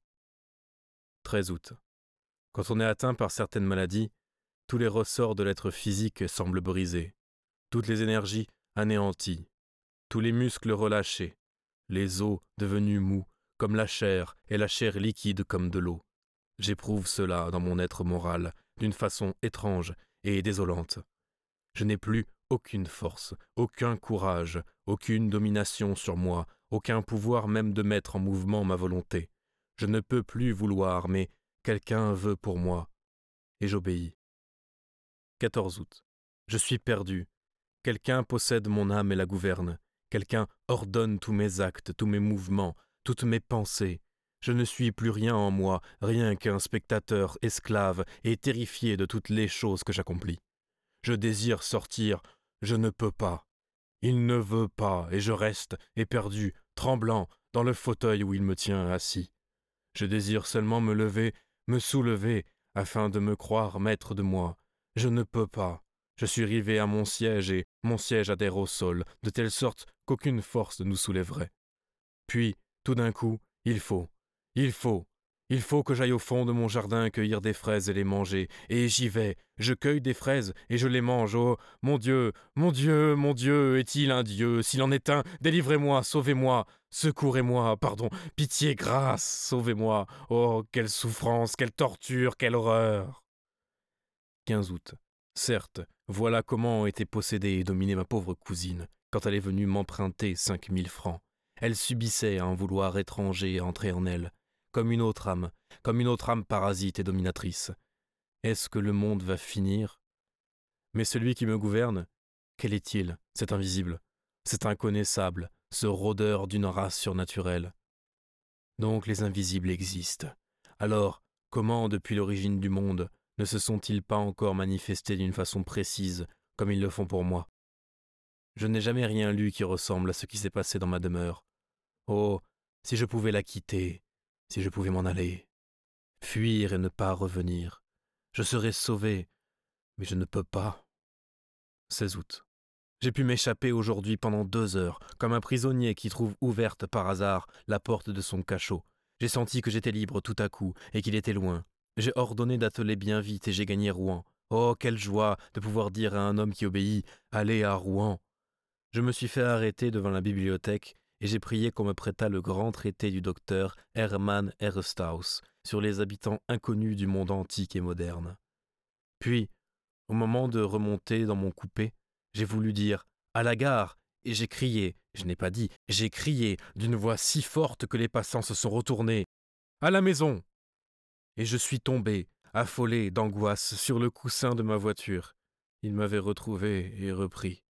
treize août. Quand on est atteint par certaines maladies, tous les ressorts de l'être physique semblent brisés, toutes les énergies anéanties, tous les muscles relâchés, les os devenus mous comme la chair et la chair liquide comme de l'eau. J'éprouve cela dans mon être moral d'une façon étrange et désolante. Je n'ai plus aucune force, aucun courage, aucune domination sur moi, aucun pouvoir même de mettre en mouvement ma volonté. Je ne peux plus vouloir, mais quelqu'un veut pour moi, et j'obéis. quatorze août. Je suis perdu. Quelqu'un possède mon âme et la gouverne. Quelqu'un ordonne tous mes actes, tous mes mouvements, toutes mes pensées. Je ne suis plus rien en moi, rien qu'un spectateur esclave et terrifié de toutes les choses que j'accomplis. Je désire sortir, je ne peux pas. Il ne veut pas, et je reste, éperdu, tremblant, dans le fauteuil où il me tient assis. Je désire seulement me lever, me soulever, afin de me croire maître de moi. Je ne peux pas. Je suis rivé à mon siège, et mon siège adhère au sol, de telle sorte qu'aucune force ne nous soulèverait. Puis, tout d'un coup, il faut, il faut, il faut que j'aille au fond de mon jardin cueillir des fraises et les manger, et j'y vais, je cueille des fraises et je les mange. Oh, mon Dieu, mon Dieu, mon Dieu, est-il un Dieu? S'il en est un, délivrez-moi, sauvez-moi, secourez-moi, pardon, pitié, grâce, sauvez-moi. Oh, quelle souffrance, quelle torture, quelle horreur. quinze août. Certes, voilà comment ont été possédée et dominée ma pauvre cousine, quand elle est venue m'emprunter cinq mille francs. Elle subissait un vouloir étranger entrer en elle, comme une autre âme, comme une autre âme parasite et dominatrice. Est-ce que le monde va finir? Mais celui qui me gouverne, quel est-il, cet invisible, cet inconnaissable, ce rôdeur d'une race surnaturelle? Donc les invisibles existent. Alors, comment, depuis l'origine du monde, ne se sont-ils pas encore manifestés d'une façon précise, comme ils le font pour moi? Je n'ai jamais rien lu qui ressemble à ce qui s'est passé dans ma demeure. Oh, si je pouvais la quitter, si je pouvais m'en aller, fuir et ne pas revenir, je serais sauvé, mais je ne peux pas. seize août. J'ai pu m'échapper aujourd'hui pendant deux heures, comme un prisonnier qui trouve ouverte par hasard la porte de son cachot. J'ai senti que j'étais libre tout à coup et qu'il était loin. J'ai ordonné d'atteler bien vite et j'ai gagné Rouen. Oh, quelle joie de pouvoir dire à un homme qui obéit « Allez à Rouen !» Je me suis fait arrêter devant la bibliothèque et j'ai prié qu'on me prêtât le grand traité du docteur Hermann Herestauss sur les habitants inconnus du monde antique et moderne. Puis, au moment de remonter dans mon coupé, j'ai voulu dire « À la gare !» et j'ai crié, je n'ai pas dit, j'ai crié d'une voix si forte que les passants se sont retournés « À la maison !» Et je suis tombé, affolé d'angoisse, sur le coussin de ma voiture. Il m'avait retrouvé et repris.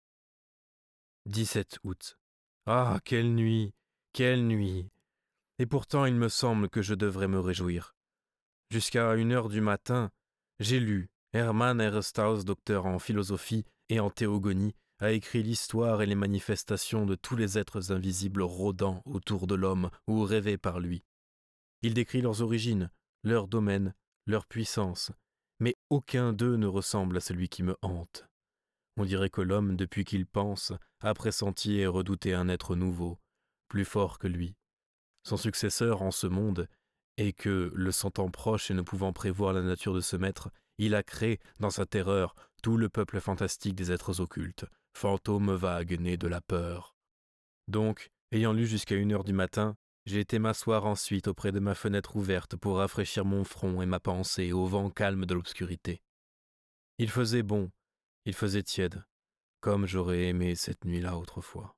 dix-sept août. Ah, quelle nuit, quelle nuit! Et pourtant il me semble que je devrais me réjouir. Jusqu'à une heure du matin, j'ai lu. Hermann Herestauss, docteur en philosophie et en théogonie, a écrit l'histoire et les manifestations de tous les êtres invisibles rôdant autour de l'homme ou rêvés par lui. Il décrit leurs origines, leur domaine, leur puissance, mais aucun d'eux ne ressemble à celui qui me hante. On dirait que l'homme, depuis qu'il pense, a pressenti et redouté un être nouveau, plus fort que lui, son successeur en ce monde, et que, le sentant proche et ne pouvant prévoir la nature de ce maître, il a créé, dans sa terreur, tout le peuple fantastique des êtres occultes, fantômes vagues nés de la peur. Donc, ayant lu jusqu'à une heure du matin, j'ai été m'asseoir ensuite auprès de ma fenêtre ouverte pour rafraîchir mon front et ma pensée au vent calme de l'obscurité. Il faisait bon, il faisait tiède, comme j'aurais aimé cette nuit-là autrefois.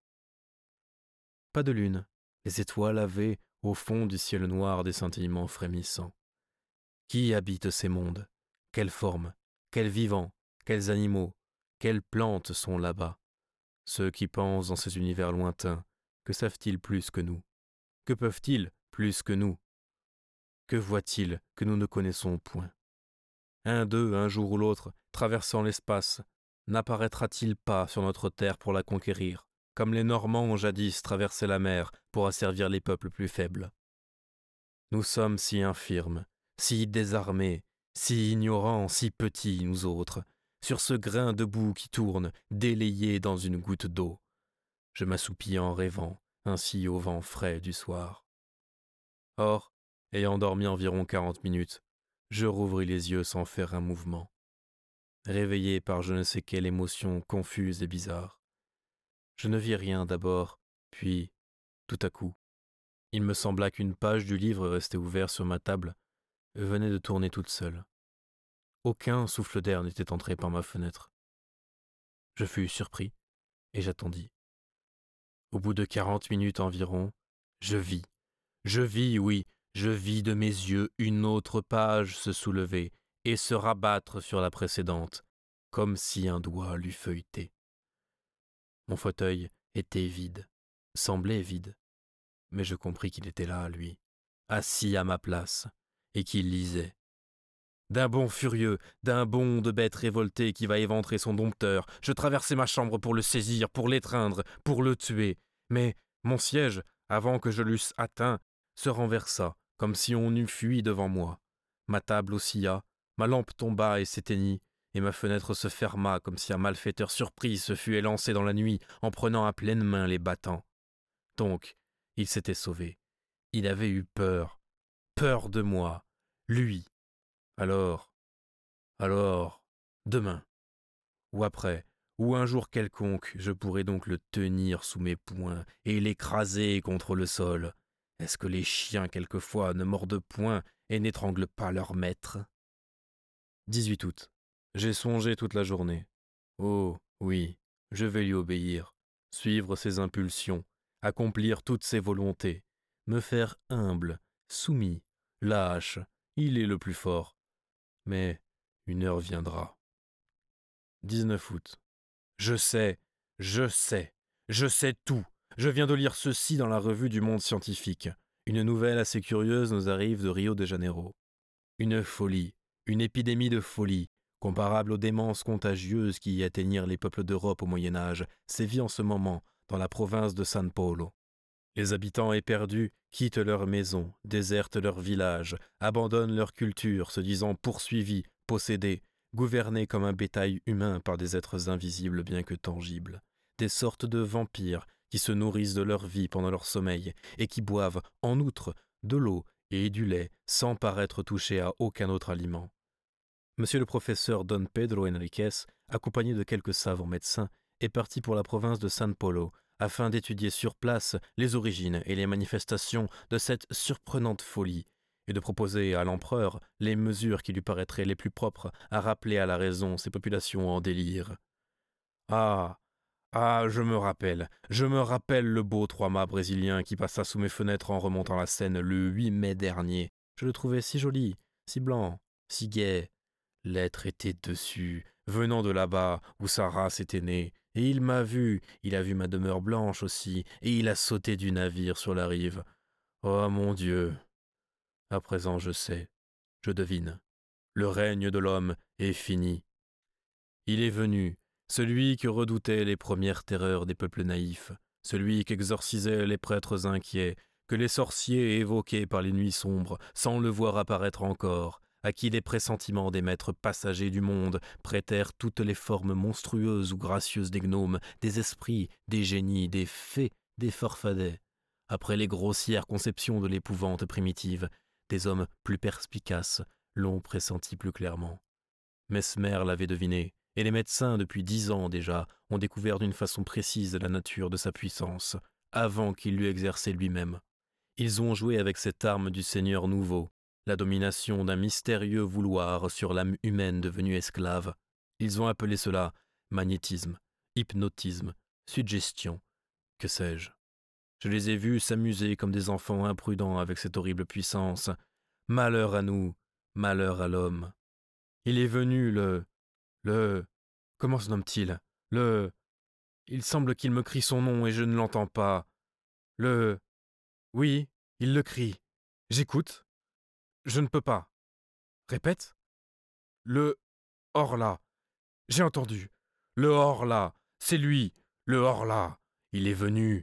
Pas de lune, les étoiles avaient, au fond du ciel noir, des scintillements frémissants. Qui habite ces mondes? Quelles formes? Quels vivants? Quels animaux? Quelles plantes sont là-bas? Ceux qui pensent dans ces univers lointains, que savent-ils plus que nous? Que peuvent-ils plus que nous? Que voient-ils que nous ne connaissons point? Un d'eux, un jour ou l'autre, traversant l'espace, n'apparaîtra-t-il pas sur notre terre pour la conquérir, comme les Normands ont jadis traversé la mer pour asservir les peuples plus faibles? Nous sommes si infirmes, si désarmés, Si ignorants, si petits, nous autres, sur ce grain de boue qui tourne, délayé dans une goutte d'eau. Je m'assoupis en rêvant, ainsi au vent frais du soir. Or, ayant dormi environ quarante minutes, je rouvris les yeux sans faire un mouvement, réveillé par je ne sais quelle émotion confuse et bizarre. Je ne vis rien d'abord, puis, tout à coup, il me sembla qu'une page du livre resté ouvert sur ma table venait de tourner toute seule. Aucun souffle d'air n'était entré par ma fenêtre. Je fus surpris et j'attendis. Au bout de quarante minutes environ, je vis, je vis, oui, je vis de mes yeux une autre page se soulever et se rabattre sur la précédente, comme si un doigt l'eût feuilleté. Mon fauteuil était vide, semblait vide, mais je compris qu'il était là, lui, assis à ma place, et qu'il lisait. D'un bond furieux, d'un bond de bête révoltée qui va éventrer son dompteur, je traversai ma chambre pour le saisir, pour l'étreindre, pour le tuer. Mais mon siège, avant que je l'eusse atteint, se renversa, comme si on eût fui devant moi. Ma table oscilla, ma lampe tomba et s'éteignit, et ma fenêtre se ferma comme si un malfaiteur surpris se fût élancé dans la nuit en prenant à pleine main les battants. Donc, il s'était sauvé. Il avait eu peur, peur de moi, lui. Alors, alors, demain, ou après, ou un jour quelconque, je pourrais donc le tenir sous mes poings et l'écraser contre le sol. Est-ce que les chiens, quelquefois, ne mordent point et n'étranglent pas leur maître? dix-huit août. J'ai songé toute la journée. Oh, oui, je vais lui obéir, suivre ses impulsions, accomplir toutes ses volontés, me faire humble, soumis, lâche, il est le plus fort. Mais une heure viendra. dix-neuf août. Je sais, je sais, je sais tout. Je viens de lire ceci dans la revue du Monde scientifique. Une nouvelle assez curieuse nous arrive de Rio de Janeiro. Une folie, une épidémie de folie, comparable aux démences contagieuses qui y atteignirent les peuples d'Europe au Moyen-Âge, sévit en ce moment dans la province de San Paulo. Les habitants éperdus quittent leurs maisons, désertent leurs villages, abandonnent leur culture, se disant poursuivis, possédés, gouvernés comme un bétail humain par des êtres invisibles bien que tangibles, des sortes de vampires qui se nourrissent de leur vie pendant leur sommeil et qui boivent, en outre, de l'eau et du lait sans paraître touchés à aucun autre aliment. Monsieur le professeur Don Pedro Henriquez, accompagné de quelques savants médecins, est parti pour la province de San Paulo, afin d'étudier sur place les origines et les manifestations de cette surprenante folie, et de proposer à l'empereur les mesures qui lui paraîtraient les plus propres à rappeler à la raison ces populations en délire. Ah, ah, je me rappelle, je me rappelle le beau trois-mâts brésilien qui passa sous mes fenêtres en remontant la Seine le huit mai dernier. Je le trouvais si joli, si blanc, si gai. L'être était dessus, venant de là-bas où sa race était née, et il m'a vu, il a vu ma demeure blanche aussi, et il a sauté du navire sur la rive. Oh mon Dieu! À présent je sais, je devine. Le règne de l'homme est fini. Il est venu, celui que redoutaient les premières terreurs des peuples naïfs, celui qu'exorcisaient les prêtres inquiets, que les sorciers évoquaient par les nuits sombres, sans le voir apparaître encore, à qui les pressentiments des maîtres passagers du monde prêtèrent toutes les formes monstrueuses ou gracieuses des gnomes, des esprits, des génies, des fées, des forfadets. Après les grossières conceptions de l'épouvante primitive, des hommes plus perspicaces l'ont pressenti plus clairement. Mesmer l'avait deviné, et les médecins, depuis dix ans déjà, ont découvert d'une façon précise la nature de sa puissance, avant qu'il l'eût exercée lui-même. Ils ont joué avec cette arme du Seigneur nouveau, la domination d'un mystérieux vouloir sur l'âme humaine devenue esclave. Ils ont appelé cela magnétisme, hypnotisme, suggestion, que sais-je. Je les ai vus s'amuser comme des enfants imprudents avec cette horrible puissance. Malheur à nous, malheur à l'homme. Il est venu le... le... Comment se nomme-t-il? Le... Il semble qu'il me crie son nom et je ne l'entends pas. Le... Oui, il le crie. J'écoute. Je ne peux pas. Répète. Le... Horla. J'ai entendu. Le Horla. C'est lui. Le Horla. Il est venu.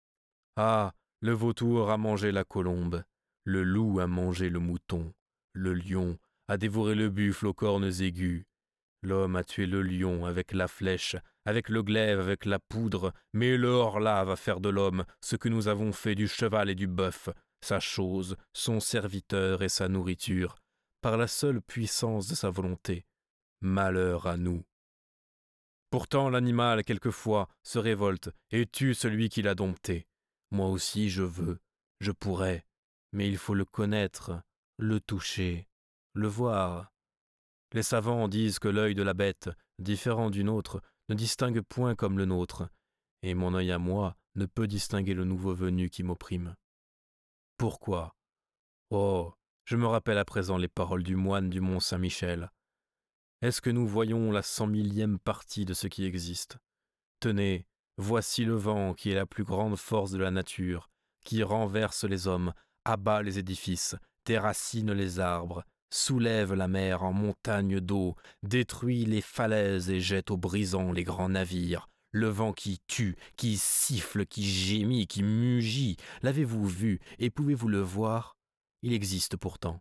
Ah, le vautour a mangé la colombe. Le loup a mangé le mouton. Le lion a dévoré le buffle aux cornes aiguës. L'homme a tué le lion avec la flèche, avec le glaive, avec la poudre, mais le Horla va faire de l'homme ce que nous avons fait du cheval et du bœuf, sa chose, son serviteur et sa nourriture, par la seule puissance de sa volonté. Malheur à nous. Pourtant l'animal, quelquefois, se révolte et tue celui qui l'a dompté. Moi aussi je veux, je pourrais, mais il faut le connaître, le toucher, le voir. Les savants disent que l'œil de la bête, différent du nôtre, ne distingue point comme le nôtre, et mon œil à moi ne peut distinguer le nouveau venu qui m'opprime. Pourquoi? Oh, je me rappelle à présent les paroles du moine du mont Saint-Michel. Est-ce que nous voyons la cent millième partie de ce qui existe? Tenez, voici le vent qui est la plus grande force de la nature, qui renverse les hommes, abat les édifices, déracine les arbres, soulève la mer en montagne d'eau, détruit les falaises et jette au brisant les grands navires. Le vent qui tue, qui siffle, qui gémit, qui mugit, l'avez-vous vu et pouvez-vous le voir? Il existe pourtant.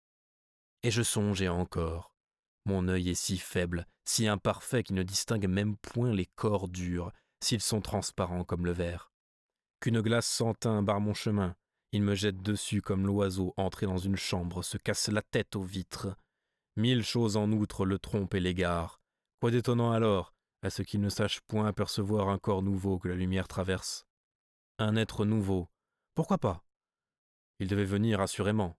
Et je songeais encore. Mon œil est si faible, si imparfait qu'il ne distingue même point les corps durs, s'ils sont transparents comme le verre. Qu'une glace sans teint barre mon chemin, il me jette dessus comme l'oiseau entré dans une chambre se casse la tête aux vitres. Mille choses en outre le trompent et l'égarent. Quoi d'étonnant alors, à ce qu'il ne sache point apercevoir un corps nouveau que la lumière traverse? Un être nouveau, pourquoi pas? Il devait venir assurément.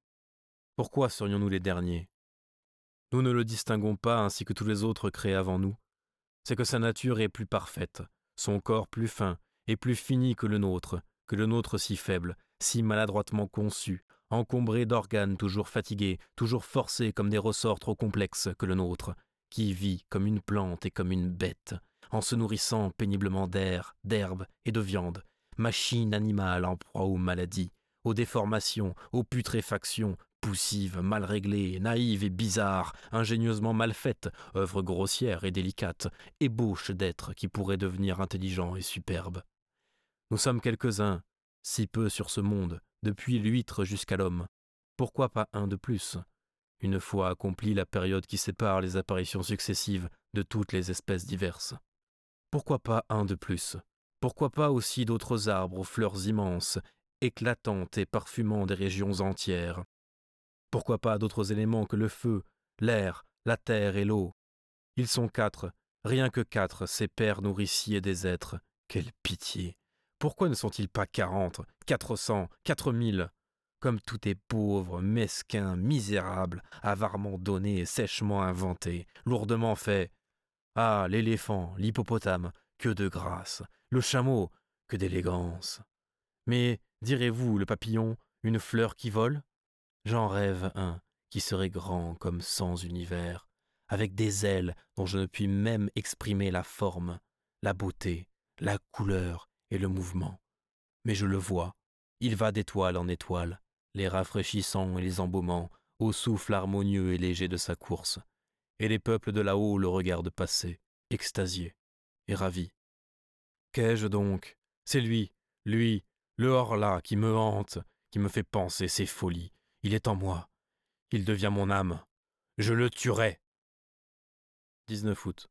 Pourquoi serions-nous les derniers? Nous ne le distinguons pas ainsi que tous les autres créés avant nous. C'est que sa nature est plus parfaite, son corps plus fin et plus fini que le nôtre, que le nôtre si faible, si maladroitement conçu, encombré d'organes toujours fatigués, toujours forcés comme des ressorts trop complexes que le nôtre, qui vit comme une plante et comme une bête, en se nourrissant péniblement d'air, d'herbe et de viande, machine animale en proie aux maladies, aux déformations, aux putréfactions, poussive, mal réglée, naïve et bizarre, ingénieusement mal faite, œuvre grossière et délicate, ébauche d'êtres qui pourraient devenir intelligents et superbes. Nous sommes quelques-uns, si peu sur ce monde, depuis l'huître jusqu'à l'homme. Pourquoi pas un de plus? Une fois accomplie la période qui sépare les apparitions successives de toutes les espèces diverses. Pourquoi pas un de plus? Pourquoi pas aussi d'autres arbres aux fleurs immenses, éclatantes et parfumant des régions entières? Pourquoi pas d'autres éléments que le feu, l'air, la terre et l'eau? Ils sont quatre, rien que quatre, ces pères nourriciers des êtres. Quelle pitié! Pourquoi ne sont-ils pas quarante, quatre cents, quatre mille? Comme tout est pauvre, mesquin, misérable, avarement donné et sèchement inventé, lourdement fait. Ah, l'éléphant, l'hippopotame, que de grâce! Le chameau, que d'élégance! Mais, direz-vous, le papillon, une fleur qui vole? J'en rêve un qui serait grand comme cent univers, avec des ailes dont je ne puis même exprimer la forme, la beauté, la couleur et le mouvement. Mais je le vois, il va d'étoile en étoile, les rafraîchissant et les embaumant, au souffle harmonieux et léger de sa course. Et les peuples de là-haut le regardent passer, extasiés et ravis. Qu'ai-je donc? C'est lui, lui, le Horla qui me hante, qui me fait penser ses folies. Il est en moi. Il devient mon âme. Je le tuerai. dix-neuf août.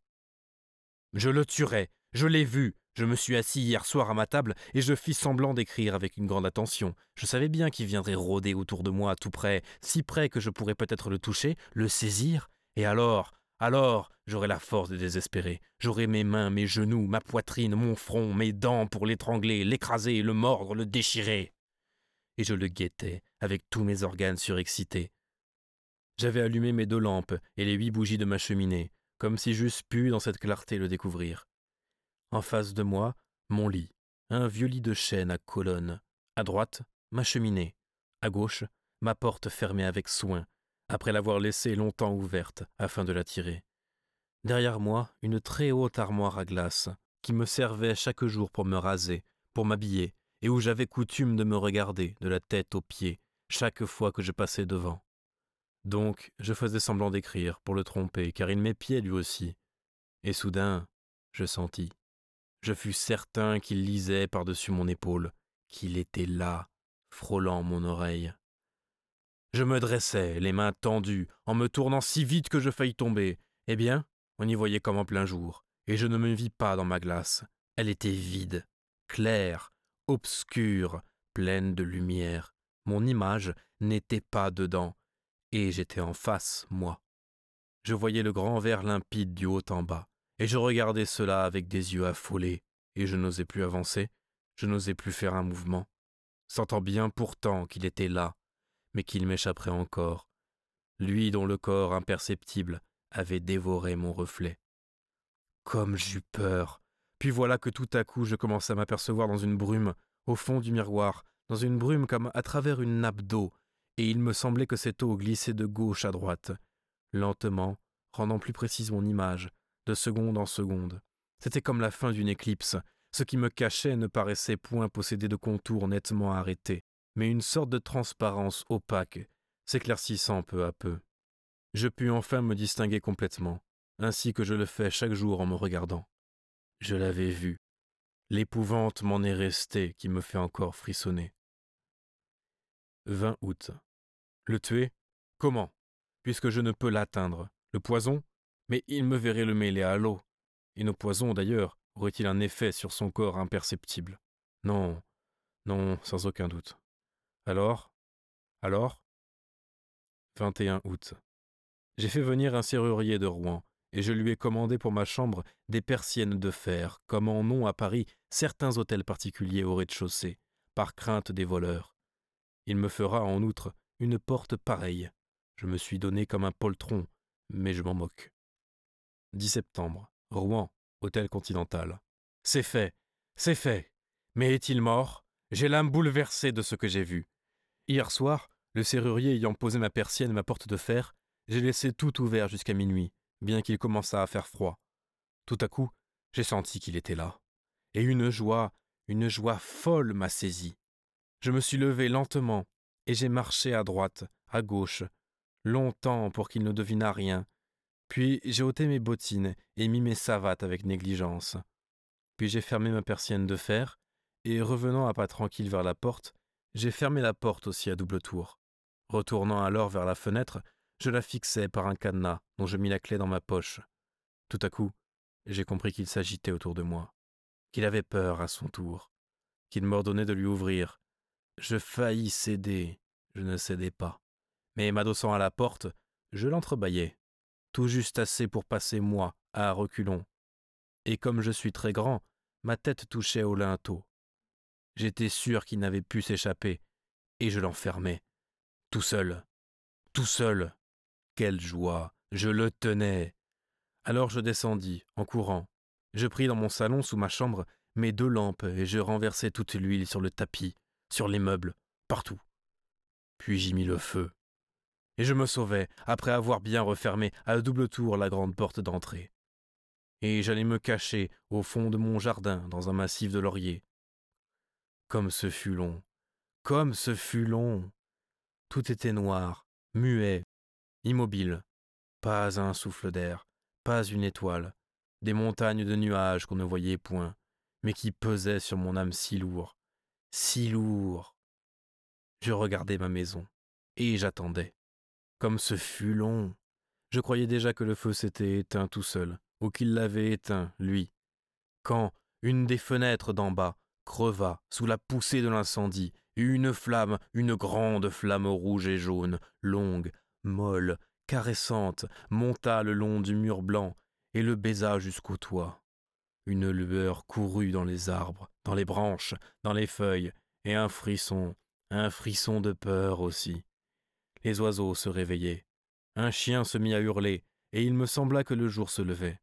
Je le tuerai. Je l'ai vu. Je me suis assis hier soir à ma table et je fis semblant d'écrire avec une grande attention. Je savais bien qu'il viendrait rôder autour de moi tout près, si près que je pourrais peut-être le toucher, le saisir, et alors, alors, j'aurais la force de désespérer. J'aurais mes mains, mes genoux, ma poitrine, mon front, mes dents pour l'étrangler, l'écraser, le mordre, le déchirer. Et je le guettais, avec tous mes organes surexcités. J'avais allumé mes deux lampes et les huit bougies de ma cheminée, comme si j'eusse pu, dans cette clarté, le découvrir. En face de moi, mon lit, un vieux lit de chêne à colonnes. À droite, ma cheminée. À gauche, ma porte fermée avec soin, après l'avoir laissée longtemps ouverte, afin de la tirer. Derrière moi, une très haute armoire à glace, qui me servait chaque jour pour me raser, pour m'habiller, et où j'avais coutume de me regarder, de la tête aux pieds, chaque fois que je passais devant. Donc, je faisais semblant d'écrire, pour le tromper, car il m'épiait lui aussi. Et soudain, je sentis. Je fus certain qu'il lisait par-dessus mon épaule, qu'il était là, frôlant mon oreille. Je me dressais, les mains tendues, en me tournant si vite que je faillis tomber. Eh bien, on y voyait comme en plein jour, et je ne me vis pas dans ma glace. Elle était vide, claire, obscure, pleine de lumière. Mon image n'était pas dedans, et j'étais en face, moi. Je voyais le grand verre limpide du haut en bas, et je regardais cela avec des yeux affolés, et je n'osais plus avancer, je n'osais plus faire un mouvement, sentant bien pourtant qu'il était là, mais qu'il m'échapperait encore, lui dont le corps imperceptible avait dévoré mon reflet. Comme j'eus peur. Puis voilà que tout à coup je commençai à m'apercevoir dans une brume, au fond du miroir, dans une brume comme à travers une nappe d'eau, et il me semblait que cette eau glissait de gauche à droite, lentement, rendant plus précise mon image, de seconde en seconde. C'était comme la fin d'une éclipse. Ce qui me cachait ne paraissait point posséder de contours nettement arrêtés, mais une sorte de transparence opaque, s'éclaircissant peu à peu. Je pus enfin me distinguer complètement, ainsi que je le fais chaque jour en me regardant. Je l'avais vu. L'épouvante m'en est restée qui me fait encore frissonner. vingt août. Le tuer? Comment? Puisque je ne peux l'atteindre. Le poison? Mais il me verrait le mêler à l'eau. Et nos poisons, d'ailleurs, auraient-ils un effet sur son corps imperceptible? Non, non, sans aucun doute. Alors? Alors? vingt et un août. J'ai fait venir un serrurier de Rouen, et je lui ai commandé pour ma chambre des persiennes de fer, comme en ont à Paris certains hôtels particuliers au rez-de-chaussée, par crainte des voleurs. Il me fera en outre une porte pareille. Je me suis donné comme un poltron, mais je m'en moque. dix septembre. Rouen, hôtel Continental. C'est fait, c'est fait. Mais est-il mort? J'ai l'âme bouleversée de ce que j'ai vu. Hier soir, le serrurier ayant posé ma persienne et ma porte de fer, j'ai laissé tout ouvert jusqu'à minuit, bien qu'il commençât à faire froid. Tout à coup, j'ai senti qu'il était là. Et une joie, une joie folle m'a saisi. Je me suis levé lentement, et j'ai marché à droite, à gauche, longtemps pour qu'il ne devinât rien. Puis j'ai ôté mes bottines et mis mes savates avec négligence. Puis j'ai fermé ma persienne de fer, et revenant à pas tranquille vers la porte, j'ai fermé la porte aussi à double tour. Retournant alors vers la fenêtre, je la fixai par un cadenas dont je mis la clé dans ma poche. Tout à coup, j'ai compris qu'il s'agitait autour de moi, qu'il avait peur à son tour, qu'il m'ordonnait de lui ouvrir. Je faillis céder, je ne cédai pas. Mais m'adossant à la porte, je l'entrebâillai, tout juste assez pour passer moi, à reculons. Et comme je suis très grand, ma tête touchait au linteau. J'étais sûr qu'il n'avait pu s'échapper, et je l'enfermai, tout seul, tout seul. Quelle joie! Je le tenais. Alors je descendis, en courant. Je pris dans mon salon, sous ma chambre, mes deux lampes, et je renversai toute l'huile sur le tapis, sur les meubles, partout. Puis j'y mis le feu. Et je me sauvai, après avoir bien refermé à double tour la grande porte d'entrée. Et j'allai me cacher au fond de mon jardin, dans un massif de lauriers. Comme ce fut long, comme ce fut long! Tout était noir, muet, immobile. Pas un souffle d'air, pas une étoile, des montagnes de nuages qu'on ne voyait point, mais qui pesaient sur mon âme si lourd, si lourd. Je regardais ma maison, et j'attendais. Comme ce fut long! Je croyais déjà que le feu s'était éteint tout seul, ou qu'il l'avait éteint, lui, quand une des fenêtres d'en bas creva sous la poussée de l'incendie, et une flamme, une grande flamme rouge et jaune, longue, molle, caressante, monta le long du mur blanc et le baisa jusqu'au toit. Une lueur courut dans les arbres, dans les branches, dans les feuilles, et un frisson, un frisson de peur aussi. Les oiseaux se réveillaient. Un chien se mit à hurler, et il me sembla que le jour se levait.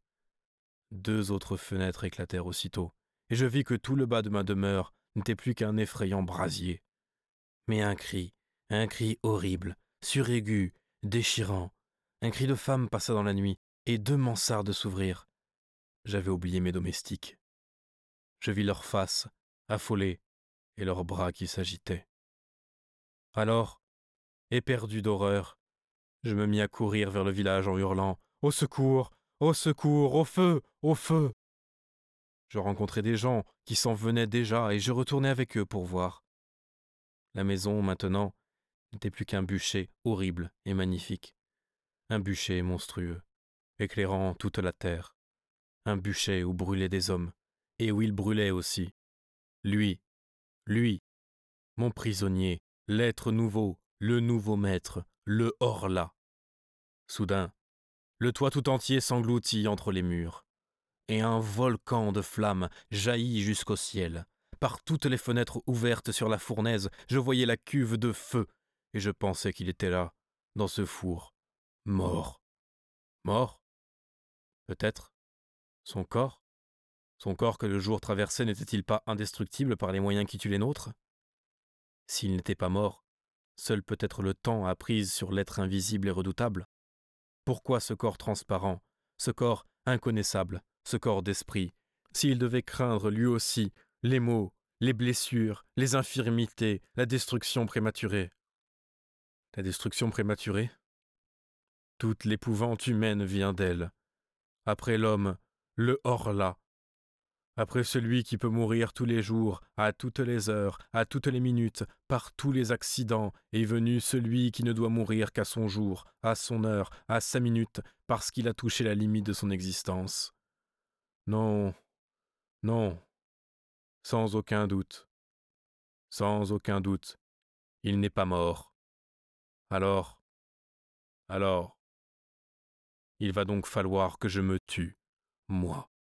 Deux autres fenêtres éclatèrent aussitôt, et je vis que tout le bas de ma demeure n'était plus qu'un effrayant brasier. Mais un cri, un cri horrible, suraigu, déchirant, un cri de femme passa dans la nuit, et deux mansardes s'ouvrirent. J'avais oublié mes domestiques. Je vis leurs faces, affolées, et leurs bras qui s'agitaient. Alors, éperdu d'horreur, je me mis à courir vers le village en hurlant « Au secours! Au secours! Au feu! Au feu !» Je rencontrai des gens qui s'en venaient déjà, et je retournai avec eux pour voir. La maison, maintenant, n'était plus qu'un bûcher horrible et magnifique, un bûcher monstrueux, éclairant toute la terre, un bûcher où brûlaient des hommes, et où il brûlait aussi. Lui, lui, mon prisonnier, l'être nouveau, le nouveau maître, le hors-là. Soudain, le toit tout entier s'engloutit entre les murs, et un volcan de flammes jaillit jusqu'au ciel. Par toutes les fenêtres ouvertes sur la fournaise, je voyais la cuve de feu, et je pensais qu'il était là, dans ce four, mort. Mort? Peut-être. Son corps? Son corps que le jour traversait n'était-il pas indestructible par les moyens qui tuent les nôtres? S'il n'était pas mort, seul peut-être le temps a prise sur l'être invisible et redoutable. Pourquoi ce corps transparent, ce corps inconnaissable, ce corps d'esprit, s'il devait craindre lui aussi les maux, les blessures, les infirmités, la destruction prématurée? La destruction prématurée? Toute l'épouvante humaine vient d'elle. Après l'homme, le hors-là. Après celui qui peut mourir tous les jours, à toutes les heures, à toutes les minutes, par tous les accidents, est venu celui qui ne doit mourir qu'à son jour, à son heure, à sa minute, parce qu'il a touché la limite de son existence. Non, non, sans aucun doute, sans aucun doute, il n'est pas mort. Alors, alors, il va donc falloir que je me tue, moi.